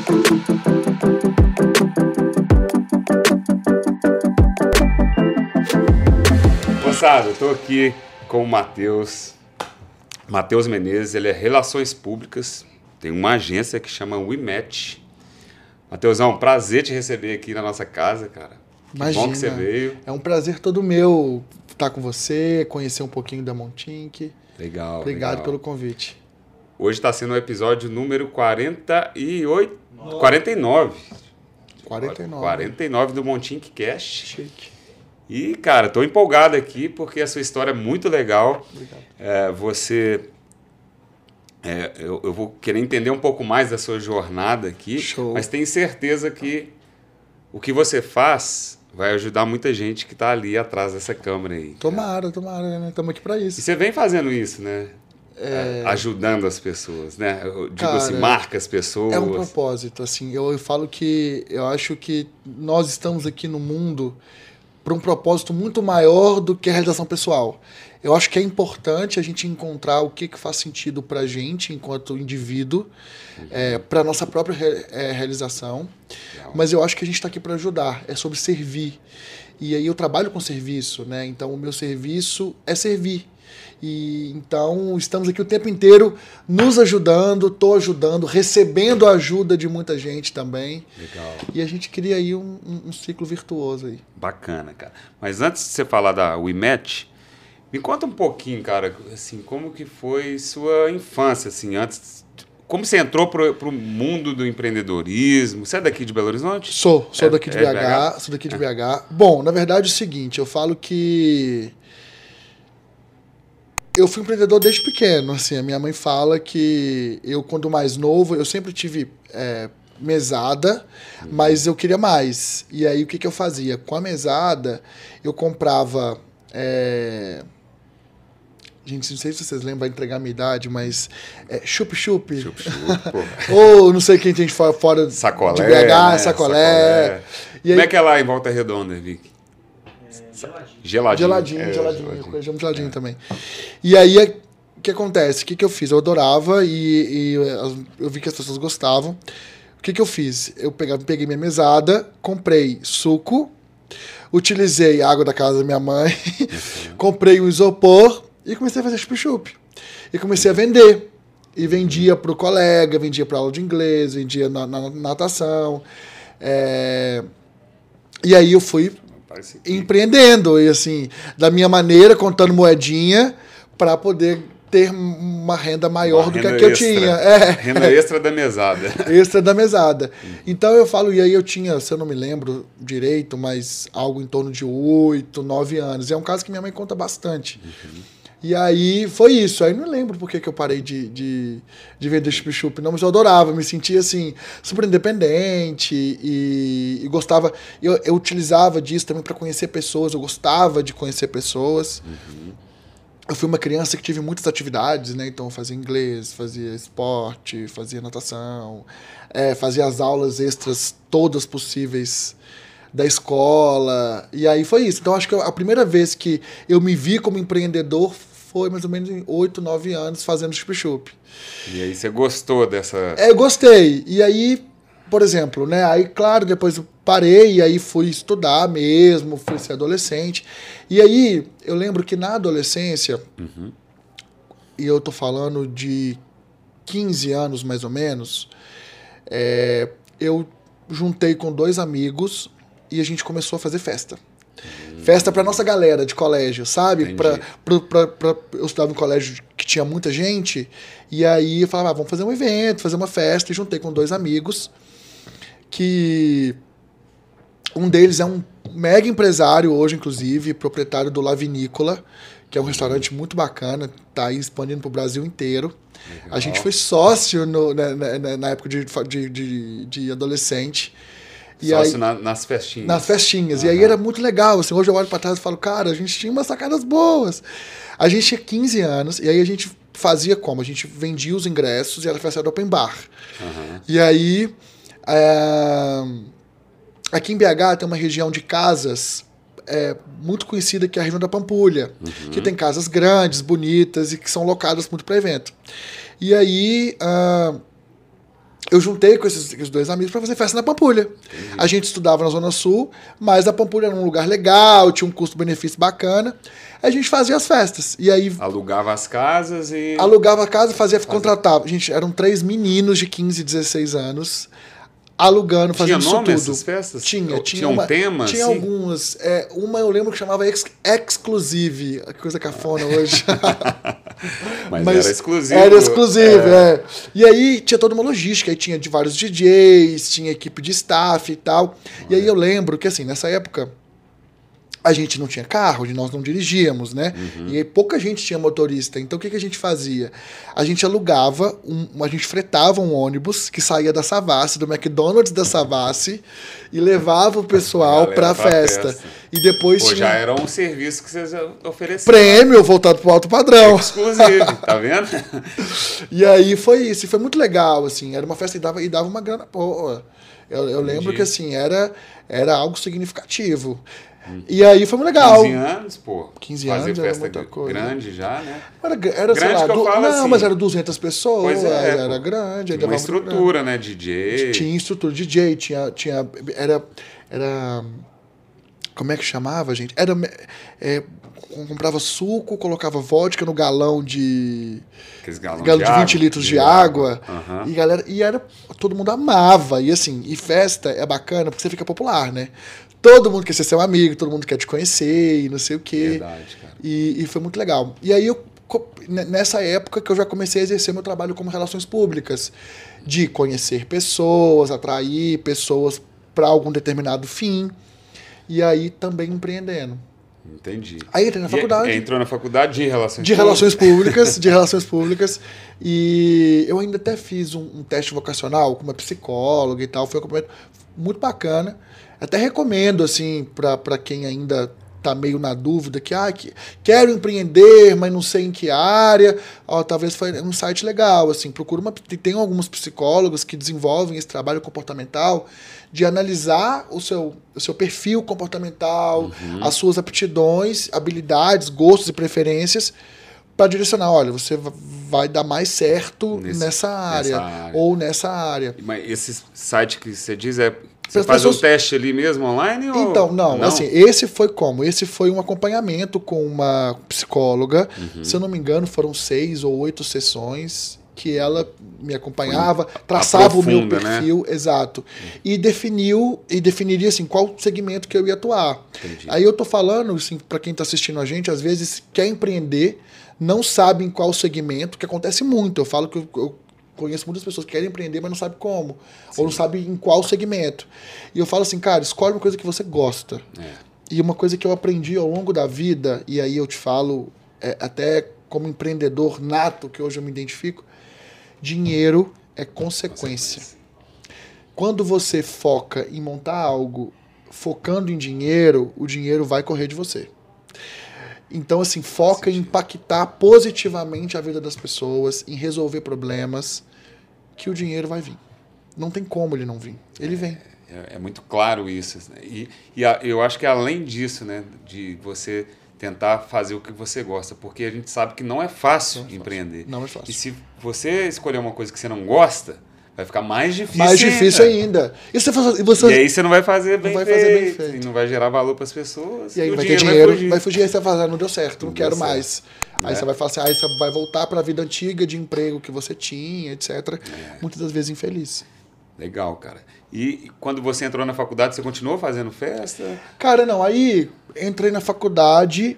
Moçada, eu tô aqui com o Matheus Menezes, ele é Relações Públicas, tem uma agência que chama WeMatch. Matheusão, prazer te receber aqui na nossa casa, cara. Imagina, bom que você veio. É um prazer todo meu estar com você, conhecer um pouquinho da Montink. Legal, Obrigado pelo convite. Hoje está sendo o episódio número 49. 49 do Montink Cast. Chique. E, cara, tô empolgado aqui porque a sua história é muito legal. Obrigado. Eu vou querer entender um pouco mais da sua jornada aqui. Show. Mas tenho certeza que o que você faz vai ajudar muita gente que está ali atrás dessa câmera aí. Tomara, né? Estamos aqui para isso. E você vem fazendo isso, né? Ajudando as pessoas, né? Eu digo, cara, assim, marca as pessoas. É um propósito, assim. Eu falo que eu acho que nós estamos aqui no mundo para um propósito muito maior do que a realização pessoal. Eu acho que é importante a gente encontrar o que faz sentido para a gente enquanto indivíduo, para a nossa própria realização. Legal. Mas eu acho que a gente está aqui para ajudar, é sobre servir. E aí eu trabalho com serviço, né? Então o meu serviço é servir. E então estamos aqui o tempo inteiro nos ajudando, estou ajudando, recebendo a ajuda de muita gente também. Legal. E a gente cria aí um ciclo virtuoso aí. Bacana, cara. Mas antes de você falar da WeMatch, me conta um pouquinho, cara, assim, como que foi sua infância, assim, antes. Como você entrou pro mundo do empreendedorismo? Você é daqui de Belo Horizonte? Sou daqui de BH, sou daqui de BH. Bom, na verdade é o seguinte, eu falo que eu fui empreendedor desde pequeno, assim, a minha mãe fala que eu, quando mais novo, eu sempre tive mesada, mas eu queria mais. E aí, o que eu fazia? Com a mesada, eu comprava... Gente, não sei se vocês lembram, vai entregar a minha idade, mas chup-chup. Chup-chup, ou não sei quem tem fora sacolé, de BH, né? sacolé. E como aí, é que é lá em Volta Redonda, Vic? Geladinho. Geladinho também. E aí, o que acontece? O que eu fiz? Eu adorava e eu vi que as pessoas gostavam. O que eu fiz? Eu peguei minha mesada, comprei suco, utilizei a água da casa da minha mãe, comprei um isopor e comecei a fazer chup-chup. E comecei a vender. E vendia para o colega, vendia para aula de inglês, vendia na natação. E aí eu fui empreendendo, e assim, da minha maneira, contando moedinha, para poder ter uma renda maior do que a que eu tinha. Renda extra da mesada. Extra da mesada. Então eu falo, e aí eu tinha, se eu não me lembro direito, mas algo em torno de 8, 9 anos. E é um caso que minha mãe conta bastante. E aí foi isso. Aí não lembro por que eu parei de vender chup-chup, não, mas eu adorava, me sentia assim, super independente e gostava. Eu utilizava disso também para conhecer pessoas, eu gostava de conhecer pessoas. Eu fui uma criança que tive muitas atividades, né? Então eu fazia inglês, fazia esporte, fazia natação, fazia as aulas extras todas possíveis da escola. E aí foi isso. Então acho que a primeira vez que eu me vi como empreendedor foi mais ou menos em 8, 9 anos fazendo chup-chup. E aí você gostou dessa... Eu gostei. E aí, por exemplo, né? Aí, claro, depois eu parei e aí fui estudar mesmo, fui ser adolescente. E aí, eu lembro que na adolescência, e eu tô falando de 15 anos mais ou menos, eu juntei com 2 amigos e a gente começou a fazer festa. Festa pra nossa galera de colégio, sabe? Eu estudava em um colégio que tinha muita gente, e aí eu falava, vamos fazer um evento, fazer uma festa, e juntei com 2 amigos, que um deles é um mega empresário hoje, inclusive, proprietário do La Vinícola, que é um restaurante muito bacana, tá aí expandindo pro Brasil inteiro. Legal. A gente foi sócio na época de adolescente. E sócio aí, nas festinhas. Nas festinhas. E aí era muito legal. Assim, hoje eu olho pra trás e falo, cara, a gente tinha umas sacadas boas. A gente tinha 15 anos, e aí a gente fazia como? A gente vendia os ingressos e era festa do open bar. E aí, aqui em BH tem uma região de casas muito conhecida, que é a região da Pampulha, que tem casas grandes, bonitas e que são locadas muito para evento. E aí, eu juntei com esses dois amigos para fazer festa na Pampulha. Entendi. A gente estudava na Zona Sul, mas a Pampulha era um lugar legal, tinha um custo-benefício bacana. A gente fazia as festas. E aí Alugava as casas e... alugava a casa, contratava. Gente, eram 3 meninos de 15, 16 anos alugando, fazendo isso tudo. Tinha nome essas festas? Tinha um tema? Tinha assim? algumas. Uma eu lembro que chamava Exclusive, que coisa cafona hoje. Mas era exclusivo. Era exclusivo, E aí tinha toda uma logística, aí tinha de vários DJs, tinha equipe de staff e tal. E aí eu lembro que, assim, nessa época, a gente não tinha carro, nós não dirigíamos, né? E aí pouca gente tinha motorista. Então o que a gente fazia? A gente alugava, a gente fretava um ônibus que saía da Savassi, do McDonald's da Savassi, e levava o pessoal pra festa. E depois tinha... já era um serviço que vocês ofereciam. Prêmio voltado pro alto padrão. Exclusivo, tá vendo? E aí foi isso, e foi muito legal, assim, era uma festa e dava uma grana boa. Eu lembro que, assim, era algo significativo. E aí foi muito legal. 15 anos, pô. 15 fazer anos festa era muita coisa. grande já, né? Era grande sei lá, que eu falo não, assim, mas era 200 pessoas, pois é, era grande. Tinha uma estrutura, né? DJ. Tinha estrutura, DJ, era como é que chamava, gente? Comprava suco, colocava vodka no galão de... Aqueles galão de 20 litros de água. Uhum. Todo mundo amava. E assim, e festa é bacana porque você fica popular, né? Todo mundo quer ser seu amigo, todo mundo quer te conhecer e não sei o quê. Verdade, cara. E foi muito legal. E aí, nessa época que eu já comecei a exercer meu trabalho como relações públicas, de conhecer pessoas, atrair pessoas para algum determinado fim, e aí também empreendendo. Entendi. Aí entrei na faculdade. Entrou na faculdade de relações De relações públicas. E eu ainda até fiz um teste vocacional com uma psicóloga e tal. Foi um acompanhamento muito bacana. Até recomendo, assim, para quem ainda tá meio na dúvida, que quero empreender, mas não sei em que área. Talvez foi um site legal, assim. Tem alguns psicólogos que desenvolvem esse trabalho comportamental de analisar o seu perfil comportamental, as suas aptidões, habilidades, gostos e preferências, para direcionar, olha, você vai dar mais certo nessa área ou nessa área. Mas esse site que você diz você faz um teste ali mesmo online? Então, não, assim, esse foi como? Esse foi um acompanhamento com uma psicóloga, se eu não me engano foram 6 ou 8 sessões que ela me acompanhava, traçava o meu perfil, né? Exato, e definiria assim, qual segmento que eu ia atuar. Entendi. Aí eu tô falando, assim, para quem tá assistindo a gente, às vezes quer empreender, não sabe em qual segmento, que acontece muito. Eu falo que eu conheço muitas pessoas que querem empreender, mas não sabem como. Sim. Ou não sabem em qual segmento. E eu falo assim, cara, escolhe uma coisa que você gosta. E uma coisa que eu aprendi ao longo da vida, e aí eu te falo, até como empreendedor nato, que hoje eu me identifico, dinheiro é consequência. Quando você foca em montar algo focando em dinheiro, o dinheiro vai correr de você. Então, assim, foca em impactar positivamente a vida das pessoas, em resolver problemas, que o dinheiro vai vir. Não tem como ele não vir. Ele vem. É muito claro isso. Né? E eu acho que além disso, né, de você tentar fazer o que você gosta, porque a gente sabe que não é fácil empreender. Não é fácil. E se você escolher uma coisa que você não gosta, vai ficar mais difícil ainda. Mais difícil ainda. E aí você não vai fazer bem feito. E não vai gerar valor para as pessoas. E aí vai ter dinheiro, vai fugir. Aí você vai falar, não deu certo, não quero mais. Aí você vai falar assim, você vai voltar para a vida antiga de emprego que você tinha, etc. Muitas das vezes infeliz. Legal, cara. E quando você entrou na faculdade, você continuou fazendo festa? Cara, não. Aí entrei na faculdade.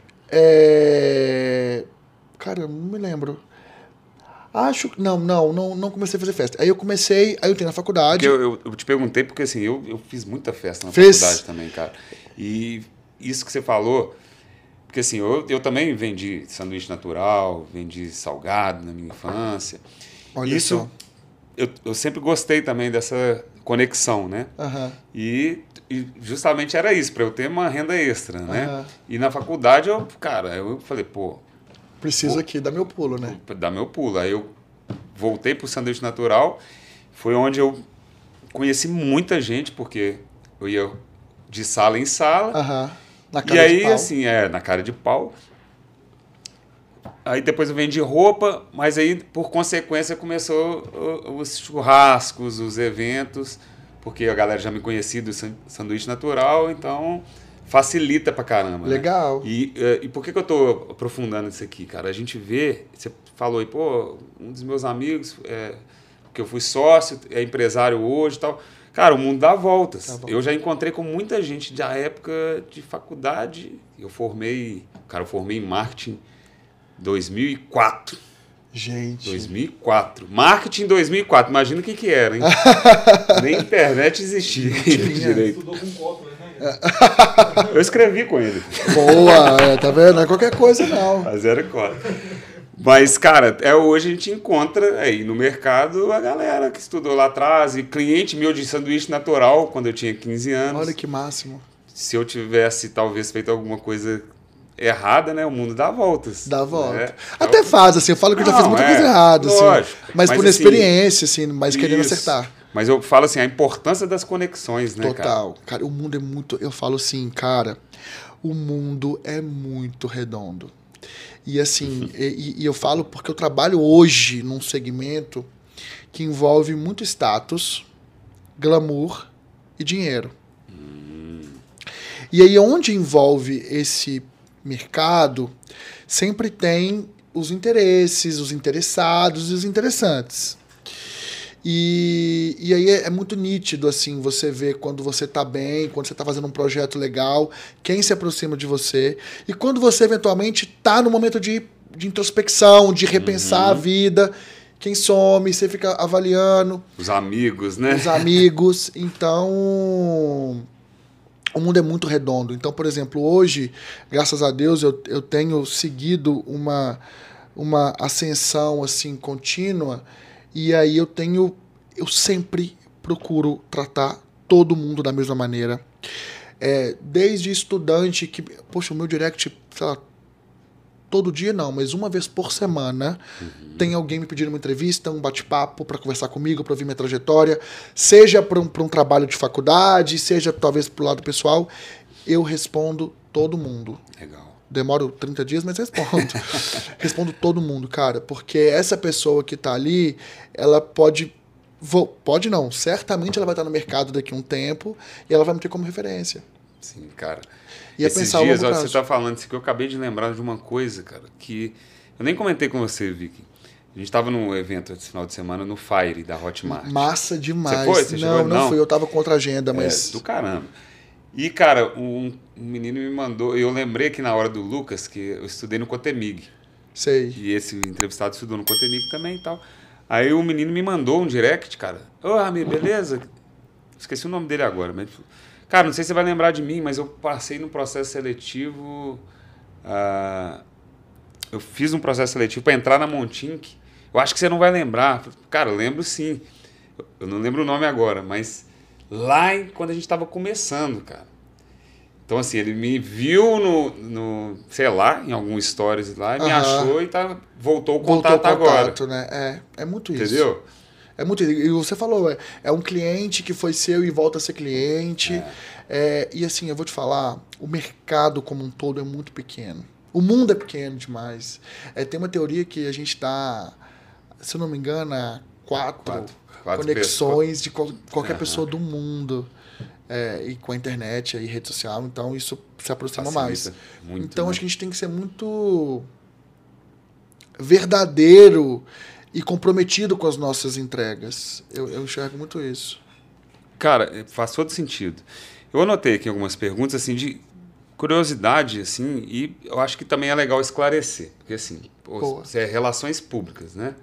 Cara, não me lembro. Acho que. Não comecei a fazer festa. Aí eu entrei na faculdade. Eu te perguntei porque assim, eu fiz muita festa na faculdade também, cara. E isso que você falou, porque assim, eu também vendi sanduíche natural, vendi salgado na minha infância. Olha isso, só. Eu sempre gostei também dessa conexão, né? E justamente era isso, para eu ter uma renda extra, né? E na faculdade, eu falei, preciso aqui dar meu pulo, né? Dar meu pulo. Aí eu voltei pro sanduíche natural, foi onde eu conheci muita gente, porque eu ia de sala em sala. Na cara e aí, de pau. assim, na cara de pau. Aí depois eu vendi roupa, mas aí, por consequência, começou os churrascos, os eventos, porque a galera já me conhecia do sanduíche natural, então facilita pra caramba. Legal. Né? E por que eu tô aprofundando isso aqui, cara? A gente vê, você falou aí, pô, um dos meus amigos, que eu fui sócio, é empresário hoje e tal. Cara, o mundo dá voltas. Tá, eu já encontrei com muita gente da época de faculdade. Eu formei em marketing 2004. Gente. 2004. Marketing 2004. Imagina o que era, hein? Nem internet existia direito. Estudou com Kotler, né? Eu escrevi com ele. Boa, tá vendo? Não é qualquer coisa, não. Mas era Kotler. Mas, cara, hoje a gente encontra aí no mercado a galera que estudou lá atrás, e cliente meu de sanduíche natural quando eu tinha 15 anos. Olha que máximo. Se eu tivesse, talvez, feito alguma coisa errada, né? O mundo dá voltas. Dá volta. Né? Até faz, assim, eu falo que eu já fiz muita coisa errada, assim. Mas por experiência, assim, mas querendo acertar. Mas eu falo assim, a importância das conexões, né, Total. Cara, o mundo é muito... Eu falo assim, cara, o mundo é muito redondo. E assim, e eu falo porque eu trabalho hoje num segmento que envolve muito status, glamour e dinheiro. E aí onde envolve esse mercado, sempre tem os interesses, os interessados e os interessantes. E aí é muito nítido, assim, você vê quando você tá bem, quando você tá fazendo um projeto legal, quem se aproxima de você. E quando você, eventualmente, tá no momento de introspecção, de repensar a vida, quem some, você fica avaliando. Os amigos, né? Os amigos. Então, o mundo é muito redondo. Então, por exemplo, hoje, graças a Deus, eu tenho seguido uma ascensão, assim, contínua. E aí eu sempre procuro tratar todo mundo da mesma maneira. Desde estudante que, poxa, o meu direct, sei lá, todo dia não, mas uma vez por semana tem alguém me pedindo uma entrevista, um bate-papo para conversar comigo, para ouvir minha trajetória, seja para um trabalho de faculdade, seja talvez pro lado pessoal, eu respondo todo mundo. Legal. Demoro 30 dias, mas respondo. Respondo todo mundo, cara. Porque essa pessoa que tá ali, ela pode não. Certamente ela vai estar no mercado daqui a um tempo e ela vai me ter como referência. Sim, cara. E esses dias, você tá falando isso que eu acabei de lembrar de uma coisa, cara, que eu nem comentei com você, Vicky. A gente tava num evento esse final de semana no Fire, da Hotmart. Massa demais. Você foi? Você chegou? Não fui. Eu tava com outra agenda, mas... do caramba. E, cara, um menino me mandou... Eu lembrei aqui na hora do Lucas que eu estudei no Cotemig. Sei. E esse entrevistado estudou no Cotemig também e tal. Aí o menino me mandou um direct, cara. Ô, Ramiro, beleza? Esqueci o nome dele agora. Mas, cara, não sei se você vai lembrar de mim, mas eu passei no processo seletivo... eu fiz um processo seletivo para entrar na Montink. Eu acho que você não vai lembrar. Cara, eu lembro sim. Eu não lembro o nome agora, mas... Lá quando a gente estava começando, cara. Então, assim, ele me viu sei lá, em algum stories lá, e me achou e voltou o contato agora. Né? É muito isso. Entendeu? É muito isso. E você falou, é um cliente que foi seu e volta a ser cliente. E assim, eu vou te falar, o mercado como um todo é muito pequeno. O mundo é pequeno demais. Tem uma teoria que a gente dá, se eu não me engano, quatro conexões de qualquer pessoa do mundo. E com a internet e rede social, então isso se aproxima mais. Muito, então né? Acho que a gente tem que ser muito verdadeiro e comprometido com as nossas entregas. Eu enxergo muito isso. Cara, faz todo sentido. Eu anotei aqui algumas perguntas assim de curiosidade, assim, e eu acho que também é legal esclarecer, porque assim, você relações públicas, né?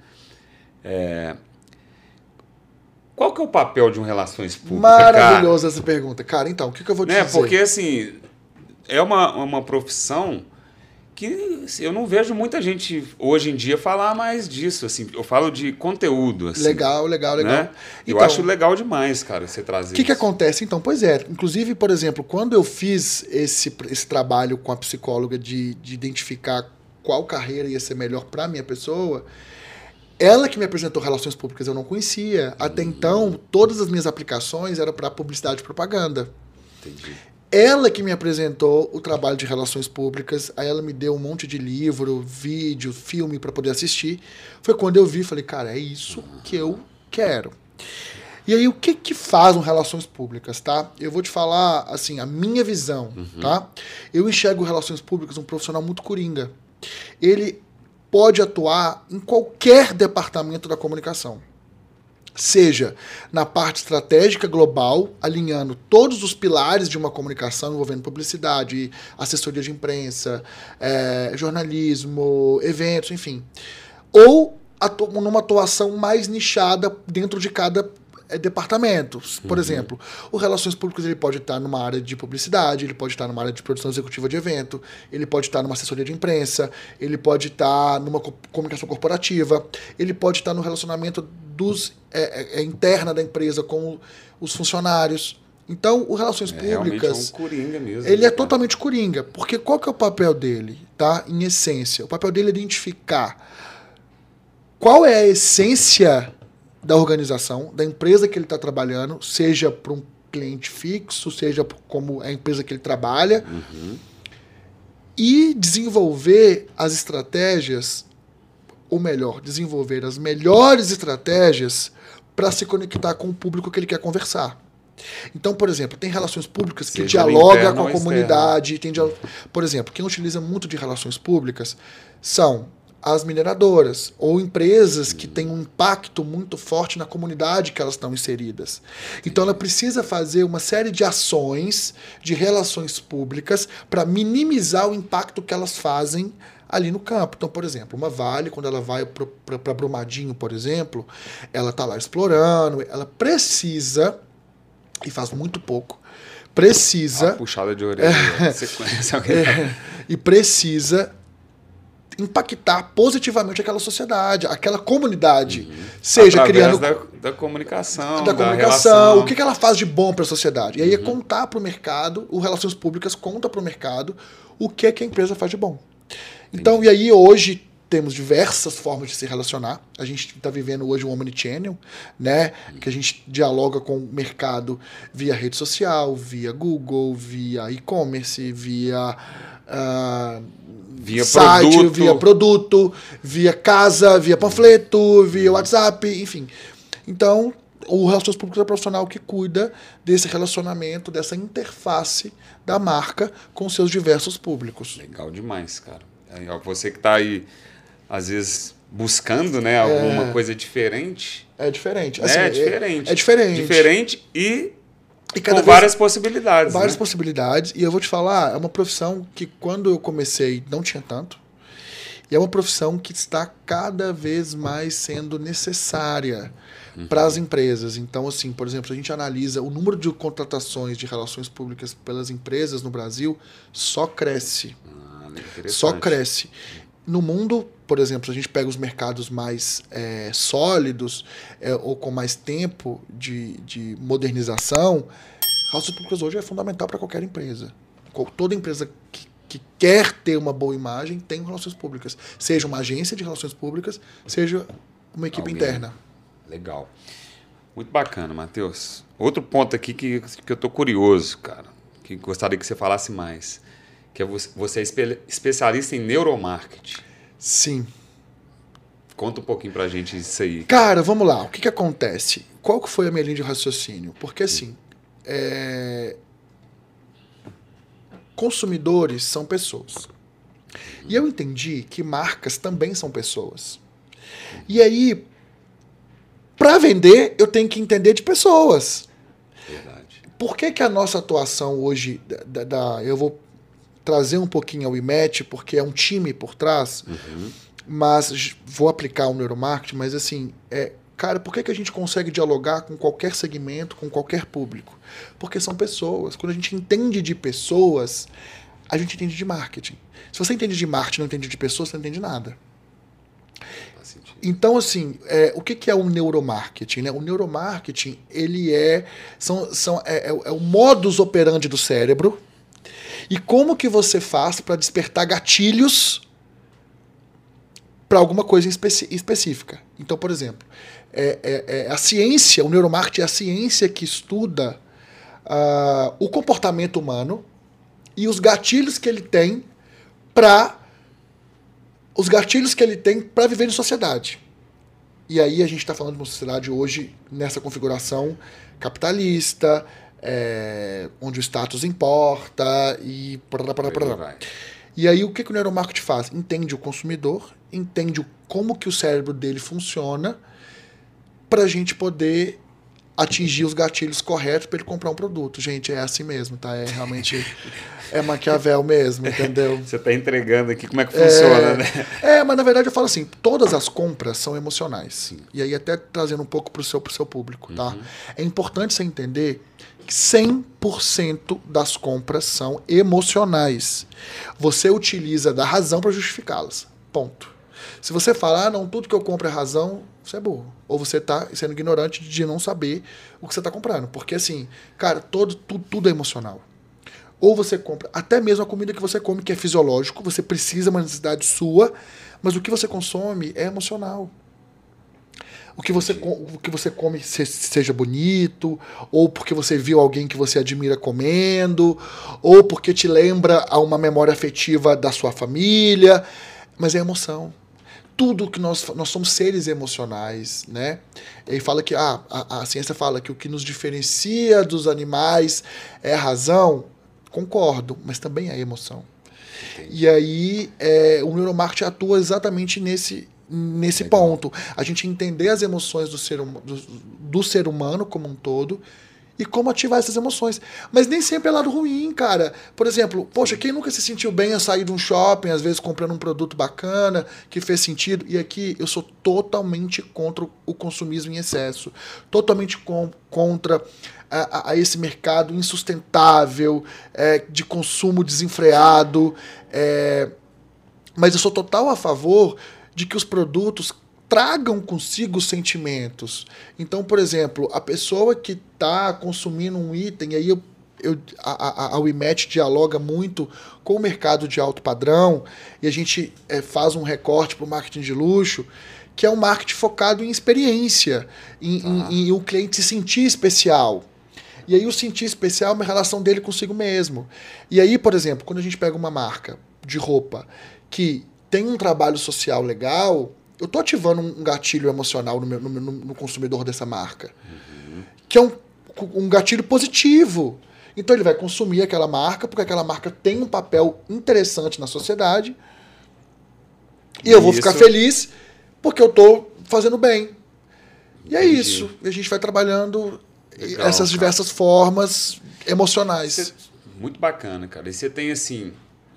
Qual que é o papel de um relações públicas? Maravilhosa essa pergunta. Cara, então, o que eu vou te dizer? Porque, assim, é uma profissão que eu não vejo muita gente hoje em dia falar mais disso. Assim, eu falo de conteúdo. Assim, legal. Né? Então, eu acho legal demais, cara, você trazer isso. O que acontece? Então, pois inclusive, por exemplo, quando eu fiz esse trabalho com a psicóloga de identificar qual carreira ia ser melhor para a minha pessoa... Ela que me apresentou relações públicas, eu não conhecia. Até então, todas as minhas aplicações eram para publicidade e propaganda. Entendi. Ela que me apresentou o trabalho de relações públicas, aí ela me deu um monte de livro, vídeo, filme para poder assistir. Foi quando eu vi, falei, cara, é isso que eu quero. E aí, o que faz um relações públicas, tá? Eu vou te falar, assim, a minha visão, tá? Eu enxergo relações públicas um profissional muito coringa. Ele pode atuar em qualquer departamento da comunicação. Seja na parte estratégica global, alinhando todos os pilares de uma comunicação envolvendo publicidade, assessoria de imprensa, jornalismo, eventos, enfim. Ou numa atuação mais nichada dentro de cada departamento. Por exemplo, o Relações Públicas ele pode estar numa área de publicidade, ele pode estar numa área de produção executiva de evento, ele pode estar numa assessoria de imprensa, ele pode estar numa comunicação corporativa, ele pode estar no relacionamento interna da empresa com os funcionários. Então, o Relações Públicas... É um coringa mesmo. Ele é totalmente coringa. Porque qual que é o papel dele, tá? Em essência? O papel dele é identificar qual é a essência da organização, da empresa que ele está trabalhando, seja para um cliente fixo, seja como a empresa que ele trabalha, e desenvolver as estratégias, ou melhor, desenvolver as melhores estratégias para se conectar com o público que ele quer conversar. Então, por exemplo, tem relações públicas que dialogam com a comunidade. Por exemplo, quem utiliza muito de relações públicas são as mineradoras ou empresas que têm um impacto muito forte na comunidade que elas estão inseridas. Então, ela precisa fazer uma série de ações de relações públicas para minimizar o impacto que elas fazem ali no campo. Então, por exemplo, uma Vale, quando ela vai para Brumadinho, por exemplo, ela está lá explorando, ela precisa, e faz muito pouco, precisa... puxada de orelha. Você conhece alguém? E precisa impactar positivamente aquela sociedade, aquela comunidade. Seja através criando... da comunicação, da comunicação, relação. O que ela faz de bom para a sociedade. E aí é contar para o mercado, o Relações Públicas conta para o mercado o que a empresa faz de bom. Então, e aí hoje temos diversas formas de se relacionar. A gente está vivendo hoje um omnichannel, né? Que a gente dialoga com o mercado via rede social, via Google, via e-commerce, via site, via produto, via casa, via panfleto, via WhatsApp, enfim. Então, o Relações Públicas é o profissional que cuida desse relacionamento, dessa interface da marca com seus diversos públicos. Legal demais, cara. Você que está aí, às vezes, buscando, né, alguma coisa diferente. É diferente. Assim, é diferente. É diferente. Diferente e cada com várias possibilidades. Várias possibilidades. E eu vou te falar, é uma profissão que quando eu comecei não tinha tanto. E é uma profissão que está cada vez mais sendo necessária para as empresas. Então, assim, por exemplo, a gente analisa o número de contratações de relações públicas pelas empresas no Brasil só cresce. Só cresce. No mundo, por exemplo, se a gente pega os mercados mais sólidos ou com mais tempo de modernização, relações públicas hoje é fundamental para qualquer empresa. Toda empresa que quer ter uma boa imagem tem relações públicas. Seja uma agência de relações públicas, seja uma equipe interna. Legal. Muito bacana, Matheus. Outro ponto aqui que eu tô curioso, cara, que gostaria que você falasse mais, que é você é especialista em neuromarketing. Sim. Conta um pouquinho pra gente isso aí. Cara, vamos lá. O que acontece? Qual que foi a minha linha de raciocínio? Porque, assim, consumidores são pessoas. E eu entendi que marcas também são pessoas. E aí, para vender, eu tenho que entender de pessoas. Verdade. Por que a nossa atuação hoje, eu vou trazer um pouquinho ao IMET, porque é um time por trás, mas vou aplicar o neuromarketing, mas assim, cara, por que a gente consegue dialogar com qualquer segmento, com qualquer público? Porque são pessoas. Quando a gente entende de pessoas, a gente entende de marketing. Se você entende de marketing e não entende de pessoas, você não entende nada. Então, assim, o que é o neuromarketing? Né? O neuromarketing, ele é o modus operandi do cérebro. E como que você faz para despertar gatilhos para alguma coisa específica? Então, por exemplo, a ciência, o neuromarketing é a ciência que estuda o comportamento humano e os gatilhos que ele tem para viver em sociedade. E aí a gente está falando de uma sociedade hoje nessa configuração capitalista, onde o status importa e E aí o que o neuromarketing faz? Entende o consumidor, entende como que o cérebro dele funciona para a gente poder atingir os gatilhos corretos para ele comprar um produto. Gente, é assim mesmo, tá? É realmente... É Maquiavel mesmo, entendeu? Você está entregando aqui como é que funciona, né? Mas na verdade eu falo assim, todas as compras são emocionais. Sim. E aí até trazendo um pouco pro seu público, tá? É importante você entender que 100% das compras são emocionais. Você utiliza da razão para justificá-las. Ponto. Se você falar, não, tudo que eu compro é razão, você é burro. Ou você está sendo ignorante de não saber o que você está comprando. Porque assim, cara, tudo é emocional. Ou você compra, até mesmo a comida que você come, que é fisiológico, você precisa, uma necessidade sua, mas o que você consome é emocional. O que você come seja bonito, ou porque você viu alguém que você admira comendo, ou porque te lembra a uma memória afetiva da sua família, mas é emoção. Tudo que nós somos seres emocionais, né? Ele fala que a ciência fala que o que nos diferencia dos animais é a razão. Concordo, mas também é emoção. Entendi. E aí o neuromarketing atua exatamente nesse ponto. A gente entender as emoções do ser humano como um todo e como ativar essas emoções. Mas nem sempre é lado ruim, cara. Por exemplo, poxa, quem nunca se sentiu bem a sair de um shopping, às vezes comprando um produto bacana, que fez sentido? E aqui eu sou totalmente contra o consumismo em excesso. Totalmente contra a esse mercado insustentável, de consumo desenfreado. Mas eu sou total a favor de que os produtos tragam consigo sentimentos. Então, por exemplo, a pessoa que está consumindo um item, aí a WeMatch dialoga muito com o mercado de alto padrão, e a gente faz um recorte para o marketing de luxo, que é um marketing focado em experiência, em o cliente se sentir especial. E aí o sentir especial é uma relação dele consigo mesmo. E aí, por exemplo, quando a gente pega uma marca de roupa que tem um trabalho social legal, eu estou ativando um gatilho emocional no consumidor dessa marca. Que é um gatilho positivo. Então ele vai consumir aquela marca, porque aquela marca tem um papel interessante na sociedade. E eu vou ficar feliz porque eu estou fazendo bem. E é isso. E a gente vai trabalhando essas diversas formas emocionais. Muito bacana, cara. E você tem assim...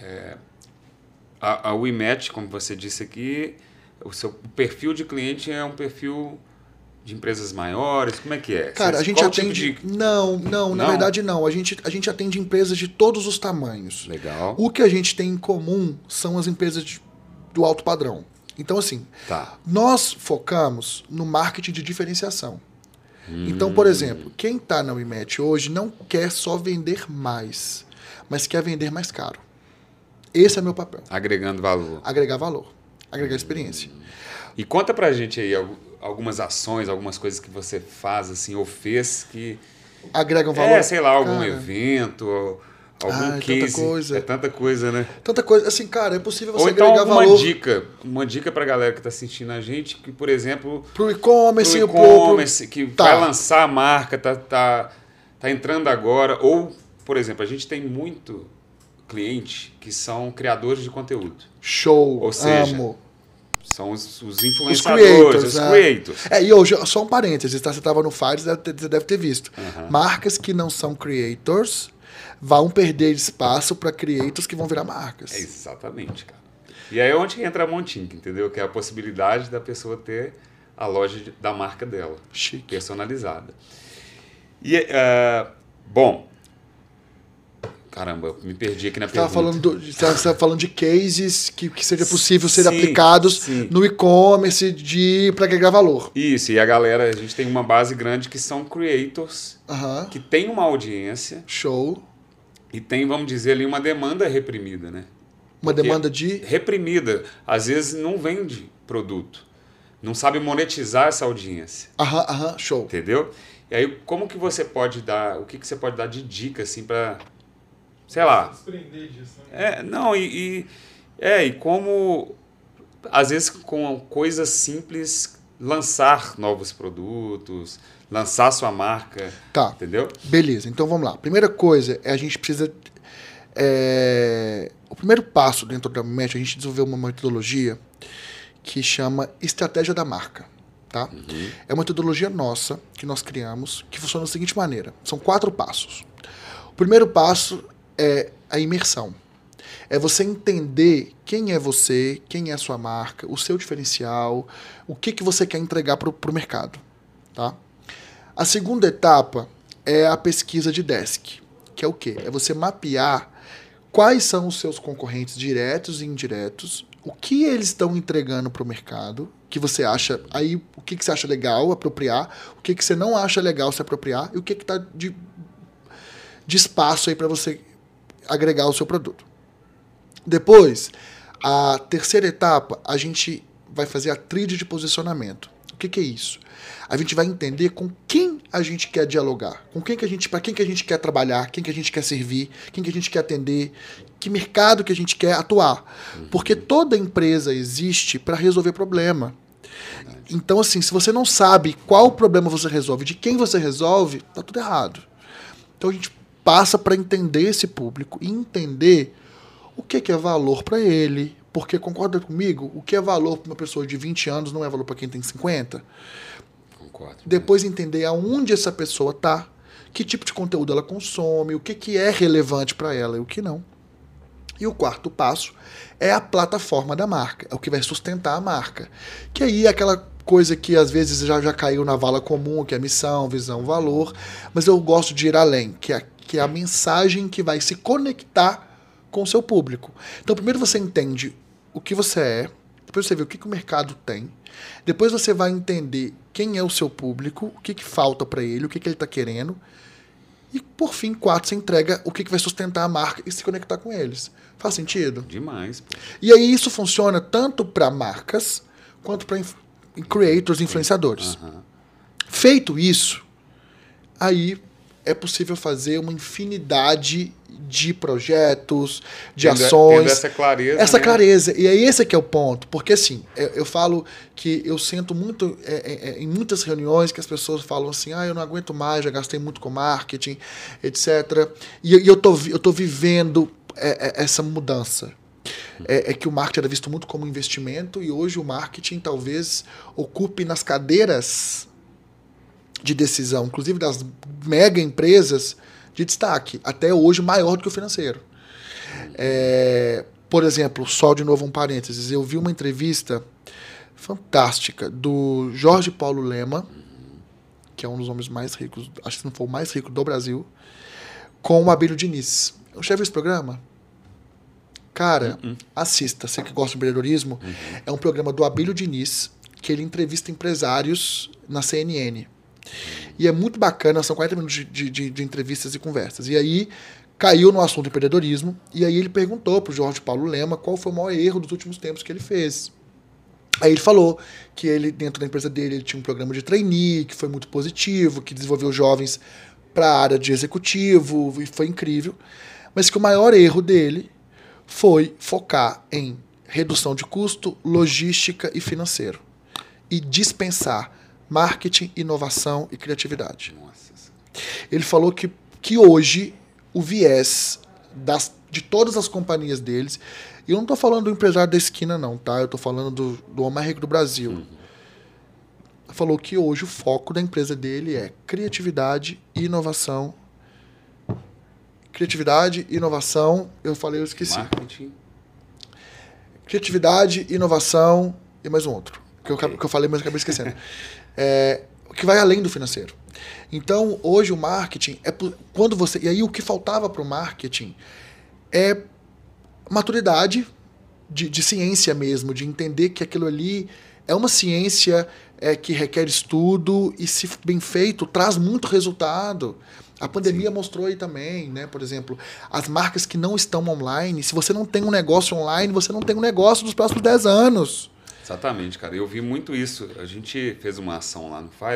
A WeMatch, como você disse aqui, o seu perfil de cliente é um perfil de empresas maiores? Como é que é? Cara, a gente atende... Não, na verdade não. A gente atende empresas de todos os tamanhos. Legal. O que a gente tem em comum são as empresas do alto padrão. Então, assim, nós focamos no marketing de diferenciação. Então, por exemplo, quem está na WeMatch hoje não quer só vender mais, mas quer vender mais caro. Esse é meu papel. Agregando valor. Agregar valor. Agregar experiência. E conta pra gente aí algumas ações, algumas coisas que você faz assim, ou fez que... Agregam valor? Sei lá, algum evento, algum case. Tanta coisa. É tanta coisa, né? Tanta coisa. Assim, cara, é possível você ou então agregar valor. Uma dica pra galera que tá assistindo a gente, que, por exemplo... Pro e-commerce. Que vai lançar a marca, tá entrando agora. Ou, por exemplo, a gente tem muito cliente que são criadores de conteúdo. Show, ou seja, amo. São os influenciadores, os creators. E hoje, só um parênteses, tá? Você estava no Fires, você deve ter visto. Marcas que não são creators vão perder espaço para creators que vão virar marcas. Exatamente, cara. E aí é onde entra a Montink, entendeu? Que é a possibilidade da pessoa ter a loja da marca dela. Chique. Personalizada. E, bom... Caramba, me perdi aqui na pergunta. Você estava falando de cases que seja possível ser aplicados no e-commerce para agregar valor. Isso, e a galera, a gente tem uma base grande que são creators, que tem uma audiência. Show. E tem, vamos dizer ali, uma demanda reprimida, né? Uma demanda de... Reprimida. Às vezes não vende produto. Não sabe monetizar essa audiência. Show. Entendeu? E aí, como que você pode dar, o que você pode dar de dica, assim, para, sei lá... Desprender disso. Né? Não, e como, às vezes, com coisas simples, lançar novos produtos, lançar sua marca, Tá. Entendeu? Beleza, então vamos lá. Primeira coisa, a gente precisa... o primeiro passo dentro da MET, a gente desenvolveu uma metodologia que chama Estratégia da Marca. Tá? É uma metodologia nossa, que nós criamos, que funciona da seguinte maneira. São 4 passos. O primeiro passo é a imersão. É você entender quem é você, quem é a sua marca, o seu diferencial, o que você quer entregar para o mercado. Tá? A segunda etapa é a pesquisa de desk, que é o quê? É você mapear quais são os seus concorrentes diretos e indiretos, o que eles estão entregando para o mercado, que você acha, aí o que você acha legal apropriar, o que você não acha legal se apropriar e o que está de espaço aí para você agregar o seu produto. Depois, a terceira etapa, a gente vai fazer a tríade de posicionamento. O que é isso? A gente vai entender com quem a gente quer dialogar, com quem que a gente, para quem que a gente quer trabalhar, quem que a gente quer servir, quem que a gente quer atender, que mercado que a gente quer atuar. Porque toda empresa existe para resolver problema. Então, assim, se você não sabe qual problema você resolve, de quem você resolve, tá tudo errado. Então a gente passa para entender esse público e entender o que é valor para ele. Porque, concorda comigo, o que é valor para uma pessoa de 20 anos não é valor para quem tem 50? Concordo. Depois entender aonde essa pessoa está, que tipo de conteúdo ela consome, o que é relevante para ela e o que não. E o quarto passo é a plataforma da marca, é o que vai sustentar a marca. Que aí é aquela coisa que às vezes já caiu na vala comum, que é missão, visão, valor, mas eu gosto de ir além, que é a mensagem que vai se conectar com o seu público. Então, primeiro você entende o que você é, depois você vê o que o mercado tem, depois você vai entender quem é o seu público, o que falta para ele, o que ele está querendo, e, por fim, 4, você entrega o que vai sustentar a marca e se conectar com eles. Faz sentido? Demais. Pô. E aí isso funciona tanto para marcas quanto para creators, influenciadores. Feito isso, aí é possível fazer uma infinidade de projetos, de ações. Tendo essa clareza. Essa né? clareza. E aí esse é que é o ponto. Porque assim, eu falo que eu sinto muito em muitas reuniões que as pessoas falam assim, eu não aguento mais, já gastei muito com marketing, etc. E eu tô vivendo essa mudança. É que o marketing era visto muito como investimento e hoje o marketing talvez ocupe nas cadeiras de decisão, inclusive das mega empresas, de destaque, até hoje maior do que o financeiro. Por exemplo, só de novo um parênteses, eu vi uma entrevista fantástica do Jorge Paulo Lema, que é um dos homens mais ricos, acho que não for o mais rico do Brasil, com o Abílio Diniz. Eu já vi esse programa? Cara, assista, você que gosta de empreendedorismo, é um programa do Abílio Diniz, que ele entrevista empresários na CNN. E é muito bacana, são 40 minutos de entrevistas e conversas. E aí caiu no assunto empreendedorismo, e aí ele perguntou para o Jorge Paulo Lema qual foi o maior erro dos últimos tempos que ele fez. Aí ele falou que ele, dentro da empresa dele, ele tinha um programa de trainee, que foi muito positivo, que desenvolveu jovens para a área de executivo, e foi incrível. Mas que o maior erro dele foi focar em redução de custo, logística e financeiro. E dispensar marketing, inovação e criatividade. Nossa. Ele falou que hoje o viés de todas as companhias deles, e eu não estou falando do empresário da esquina não, tá? Eu estou falando do homem mais rico do Brasil. Falou que hoje o foco da empresa dele é criatividade e inovação. Criatividade, inovação, eu falei, eu esqueci. Marketing. Criatividade, inovação e mais um outro. Que eu falei, mas eu acabei esquecendo. Que vai além do financeiro. Então, hoje o marketing quando você. E aí o que faltava para o marketing é maturidade de ciência mesmo, de entender que aquilo ali é uma ciência que requer estudo e, se bem feito, traz muito resultado. A pandemia mostrou aí também, né? Por exemplo, as marcas que não estão online, se você não tem um negócio online, você não tem um negócio nos próximos 10 anos. Exatamente, cara. Eu vi muito isso. A gente fez uma ação lá no Fire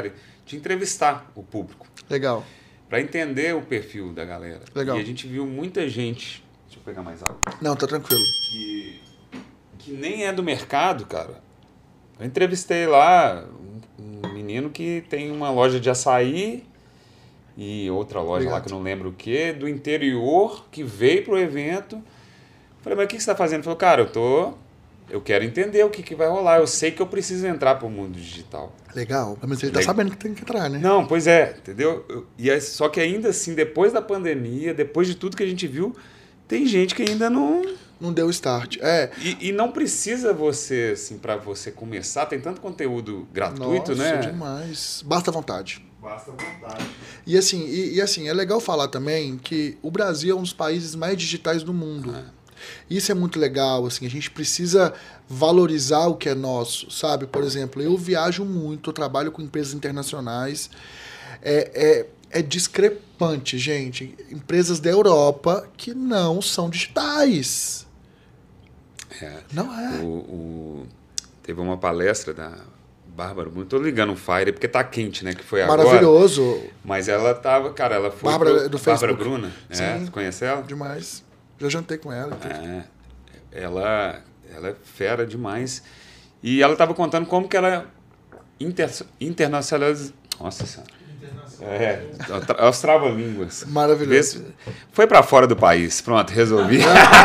de entrevistar o público. Legal. Para entender o perfil da galera. Legal. E a gente viu muita gente... Deixa eu pegar mais água. Não, tá tranquilo. Que nem é do mercado, cara. Eu entrevistei lá um menino que tem uma loja de açaí e outra loja lá que eu não lembro o que, do interior, que veio pro evento. Falei, mas o que você tá fazendo? Ele falou, cara, eu quero entender o que vai rolar. Eu sei que eu preciso entrar pro mundo digital. Legal. Mas ele tá sabendo que tem que entrar, né? Não, pois é, entendeu? Só que ainda assim, depois da pandemia, depois de tudo que a gente viu, tem gente que ainda não deu start. E não precisa você, assim, para você começar, tem tanto conteúdo gratuito, Nossa, né? Demais. Basta vontade. Basta vontade. E assim, é legal falar também que o Brasil é um dos países mais digitais do mundo. Isso é muito legal, assim, a gente precisa valorizar o que é nosso, sabe? Por exemplo, eu viajo muito, eu trabalho com empresas internacionais. É discrepante, gente. Empresas da Europa que não são digitais. Não é. Teve uma palestra da Bárbara Bruna, tô ligando o Fire porque tá quente, né? Que foi agora. Maravilhoso. Mas ela tava, cara, ela foi do Facebook. Bárbara Bruna, Sim, conhece ela? Demais. Já jantei com ela. Ela é fera demais. E ela tava contando como que ela internacionaliza. Nossa Senhora. Os trava-línguas. Maravilhoso. Foi para fora do país. Pronto, resolvi.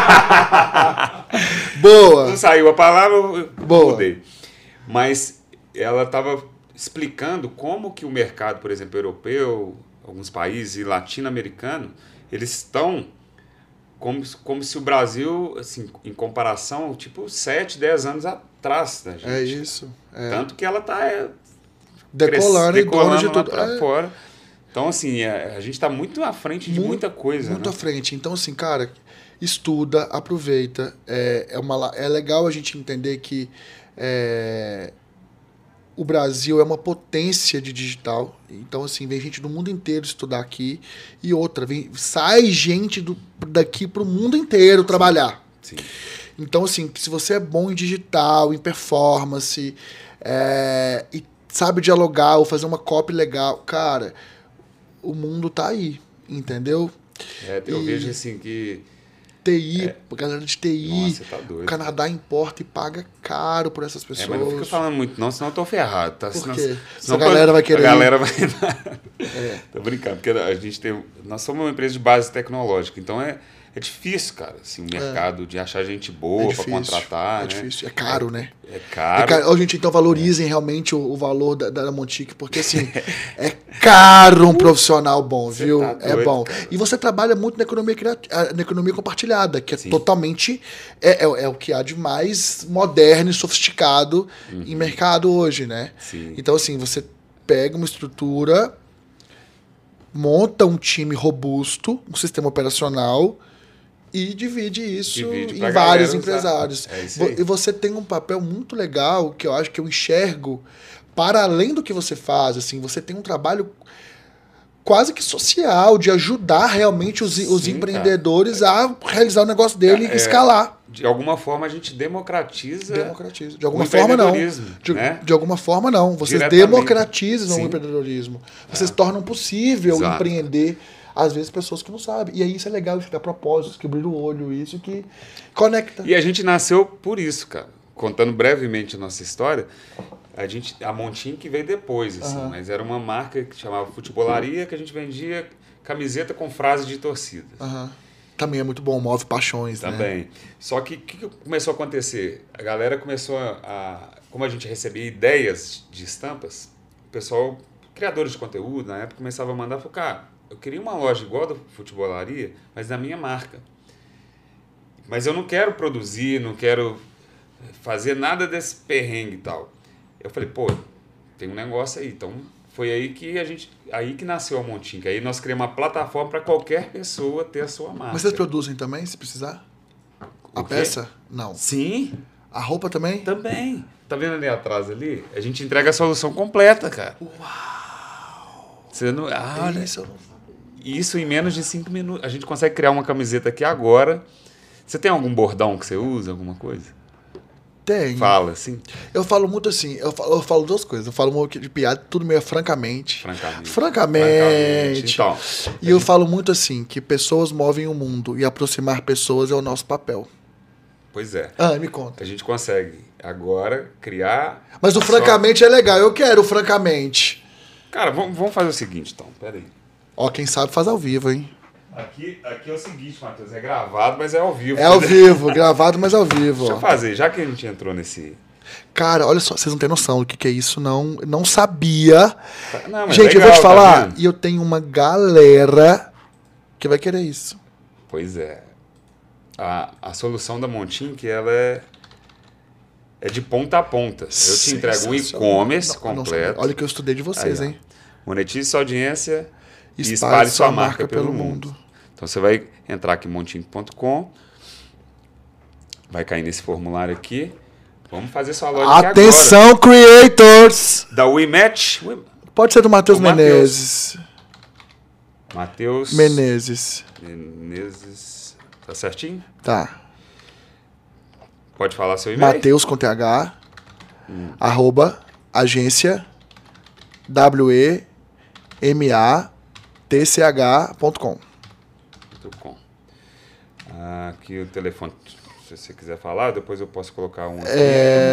Boa. Não saiu a palavra, eu Boa. mudei. Mas ela estava explicando como que o mercado, por exemplo, europeu, alguns países e latino-americano, eles estão como se o Brasil, assim, em comparação, tipo 7, 10 anos atrás da gente. É isso. Tanto que ela está decolando e dono de tudo. Para fora. Então, assim, a gente está muito à frente de muita coisa. Muito à frente. Então, assim, cara, estuda, aproveita. É legal a gente entender que o Brasil é uma potência de digital. Então, assim, vem gente do mundo inteiro estudar aqui. E outra, sai gente daqui para o mundo inteiro trabalhar. Sim. Então, assim, se você é bom em digital, em performance, e sabe dialogar ou fazer uma copy legal, cara, o mundo tá aí, entendeu? Eu vejo assim que... TI, galera de TI, nossa, tá doido. O Canadá importa e paga caro por essas pessoas. Mas não fica falando muito não, senão eu tô ferrado. Tá? Por quê? Senão a galera vai querer... A galera vai... Tô brincando, porque a gente nós somos uma empresa de base tecnológica, então é difícil, cara, assim, o mercado de achar gente boa para contratar. É difícil, é caro, né? É caro. Ô, gente, então valorizem realmente o valor da Montique, porque assim, é caro um profissional bom, viu? Tá doido, bom. Cara. E você trabalha muito na economia compartilhada, que é totalmente é o que há de mais moderno e sofisticado em mercado hoje, né? Sim. Então, assim, você pega uma estrutura, monta um time robusto, um sistema operacional e divide isso em vários empresários. E você tem um papel muito legal que eu acho que eu enxergo para além do que você faz. Assim, você tem um trabalho quase que social de ajudar realmente os empreendedores a realizar o negócio dele e escalar. De alguma forma a gente democratiza. De alguma forma não. De alguma forma não. Vocês democratizam o empreendedorismo. Vocês tornam possível empreender. Às vezes pessoas que não sabem. E aí isso é legal, isso dá propósitos, que brilha o olho, isso que conecta. E a gente nasceu por isso, cara. Contando brevemente a nossa história, a Montim que veio depois, assim, mas era uma marca que chamava Futebolaria, que a gente vendia camiseta com frase de torcida. Também é muito bom, move paixões, também. Né? Só que o que começou a acontecer? A galera começou como a gente recebia ideias de estampas, o pessoal, criadores de conteúdo, na época, começava a mandar, falou, cara, eu queria uma loja igual da Futebolaria, mas da minha marca. Mas eu não quero produzir, não quero fazer nada desse perrengue e tal. Eu falei, pô, tem um negócio aí. Então, foi aí que nasceu a Montim. Que aí nós criamos uma plataforma para qualquer pessoa ter a sua marca. Mas vocês produzem também, se precisar? A peça? Não. Sim. A roupa também? Também. Tá vendo ali atrás ali? A gente entrega a solução completa, cara. Uau! Você não... olha, isso eu não sabia. Isso em menos de 5 minutos. A gente consegue criar uma camiseta aqui agora. Você tem algum bordão que você usa, alguma coisa? Tem. Fala, assim. Eu falo muito assim, eu falo duas coisas. Eu falo muito de piada, tudo meio francamente. Francamente. Então. E eu falo muito assim, que pessoas movem o mundo e aproximar pessoas é o nosso papel. Pois é. Me conta. A gente consegue agora criar... Mas o francamente é legal, eu quero o francamente. Cara, vamos fazer o seguinte, então. Pera aí. Ó, quem sabe faz ao vivo, hein? Aqui é o seguinte, Matheus. É gravado, mas é ao vivo. É ao vivo, gravado, mas ao vivo. Deixa eu fazer, já que a gente entrou nesse... Cara, olha só, vocês não têm noção do que é isso, não sabia. Não, mas gente, legal, eu vou te falar, tá, e eu tenho uma galera que vai querer isso. Pois é. A solução da Montim, que ela é de ponta a ponta. Eu te entrego um e-commerce completo. Olha que eu estudei de vocês, hein? Monetize sua audiência e espalhe sua marca pelo mundo. Então você vai entrar aqui em montim.com, vai cair nesse formulário aqui. Vamos fazer sua loja aqui agora. Atenção, creators! Da WeMatch. Pode ser do Matheus Menezes. Matheus Menezes. Tá certinho? Tá. Pode falar seu e-mail? Matheus com TH, @ agência WEMATCH.com. Aqui o telefone, se você quiser falar, depois eu posso colocar um aqui.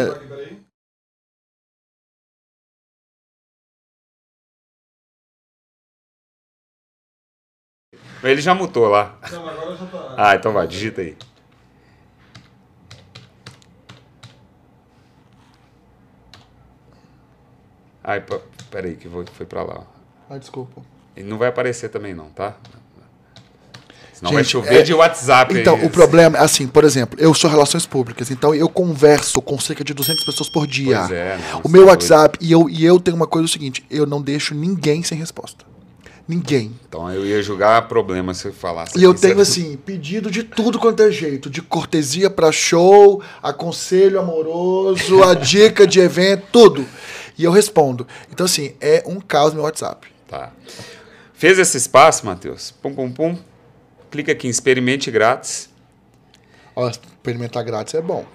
Ele já mutou lá. Não, agora já tá. Então vai, digita aí. Peraí, que foi pra lá. Desculpa. Ele não vai aparecer também não, tá? Senão Gente, vai chover de WhatsApp. Então, aí. o problema é assim, por exemplo, eu sou relações públicas, então eu converso com cerca de 200 pessoas por dia. Pois é, não, o meu WhatsApp, e eu tenho uma coisa seguinte, eu não deixo ninguém sem resposta. Ninguém. Então eu ia julgar problema se eu falasse. E eu tenho, assim, pedido de tudo quanto é jeito. De cortesia pra show, aconselho amoroso, a dica de evento, tudo. E eu respondo. Então, assim, é um caos meu WhatsApp. Tá. Fez esse espaço, Matheus? Pum, pum, pum. Clica aqui em experimente grátis. Ó, experimentar grátis é bom.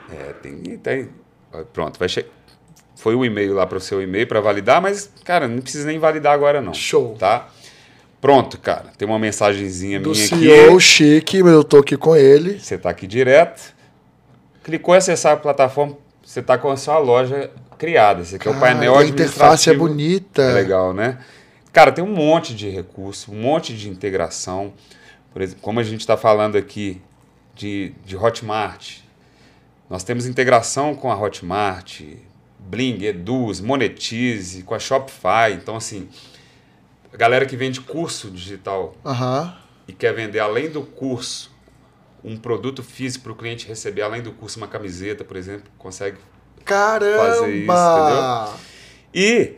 Tem. Pronto, vai chegar. Foi o e-mail lá para o seu e-mail para validar, mas, cara, não precisa nem validar agora, não. Show. Tá? Pronto, cara. Tem uma mensagenzinha do minha CEO aqui. chique, eu tô aqui com ele. Você tá aqui direto. Clicou em acessar a plataforma, você tá com a sua loja criada. Esse aqui é o painel administrativo. A interface é bonita. É legal, né? Cara, tem um monte de recurso, um monte de integração. Por exemplo, como a gente está falando aqui de Hotmart, nós temos integração com a Hotmart, Bling, Eduz, Monetize, com a Shopify. Então, assim, a galera que vende curso digital e quer vender, além do curso, um produto físico para o cliente receber, além do curso, uma camiseta, por exemplo, consegue fazer isso, entendeu? E,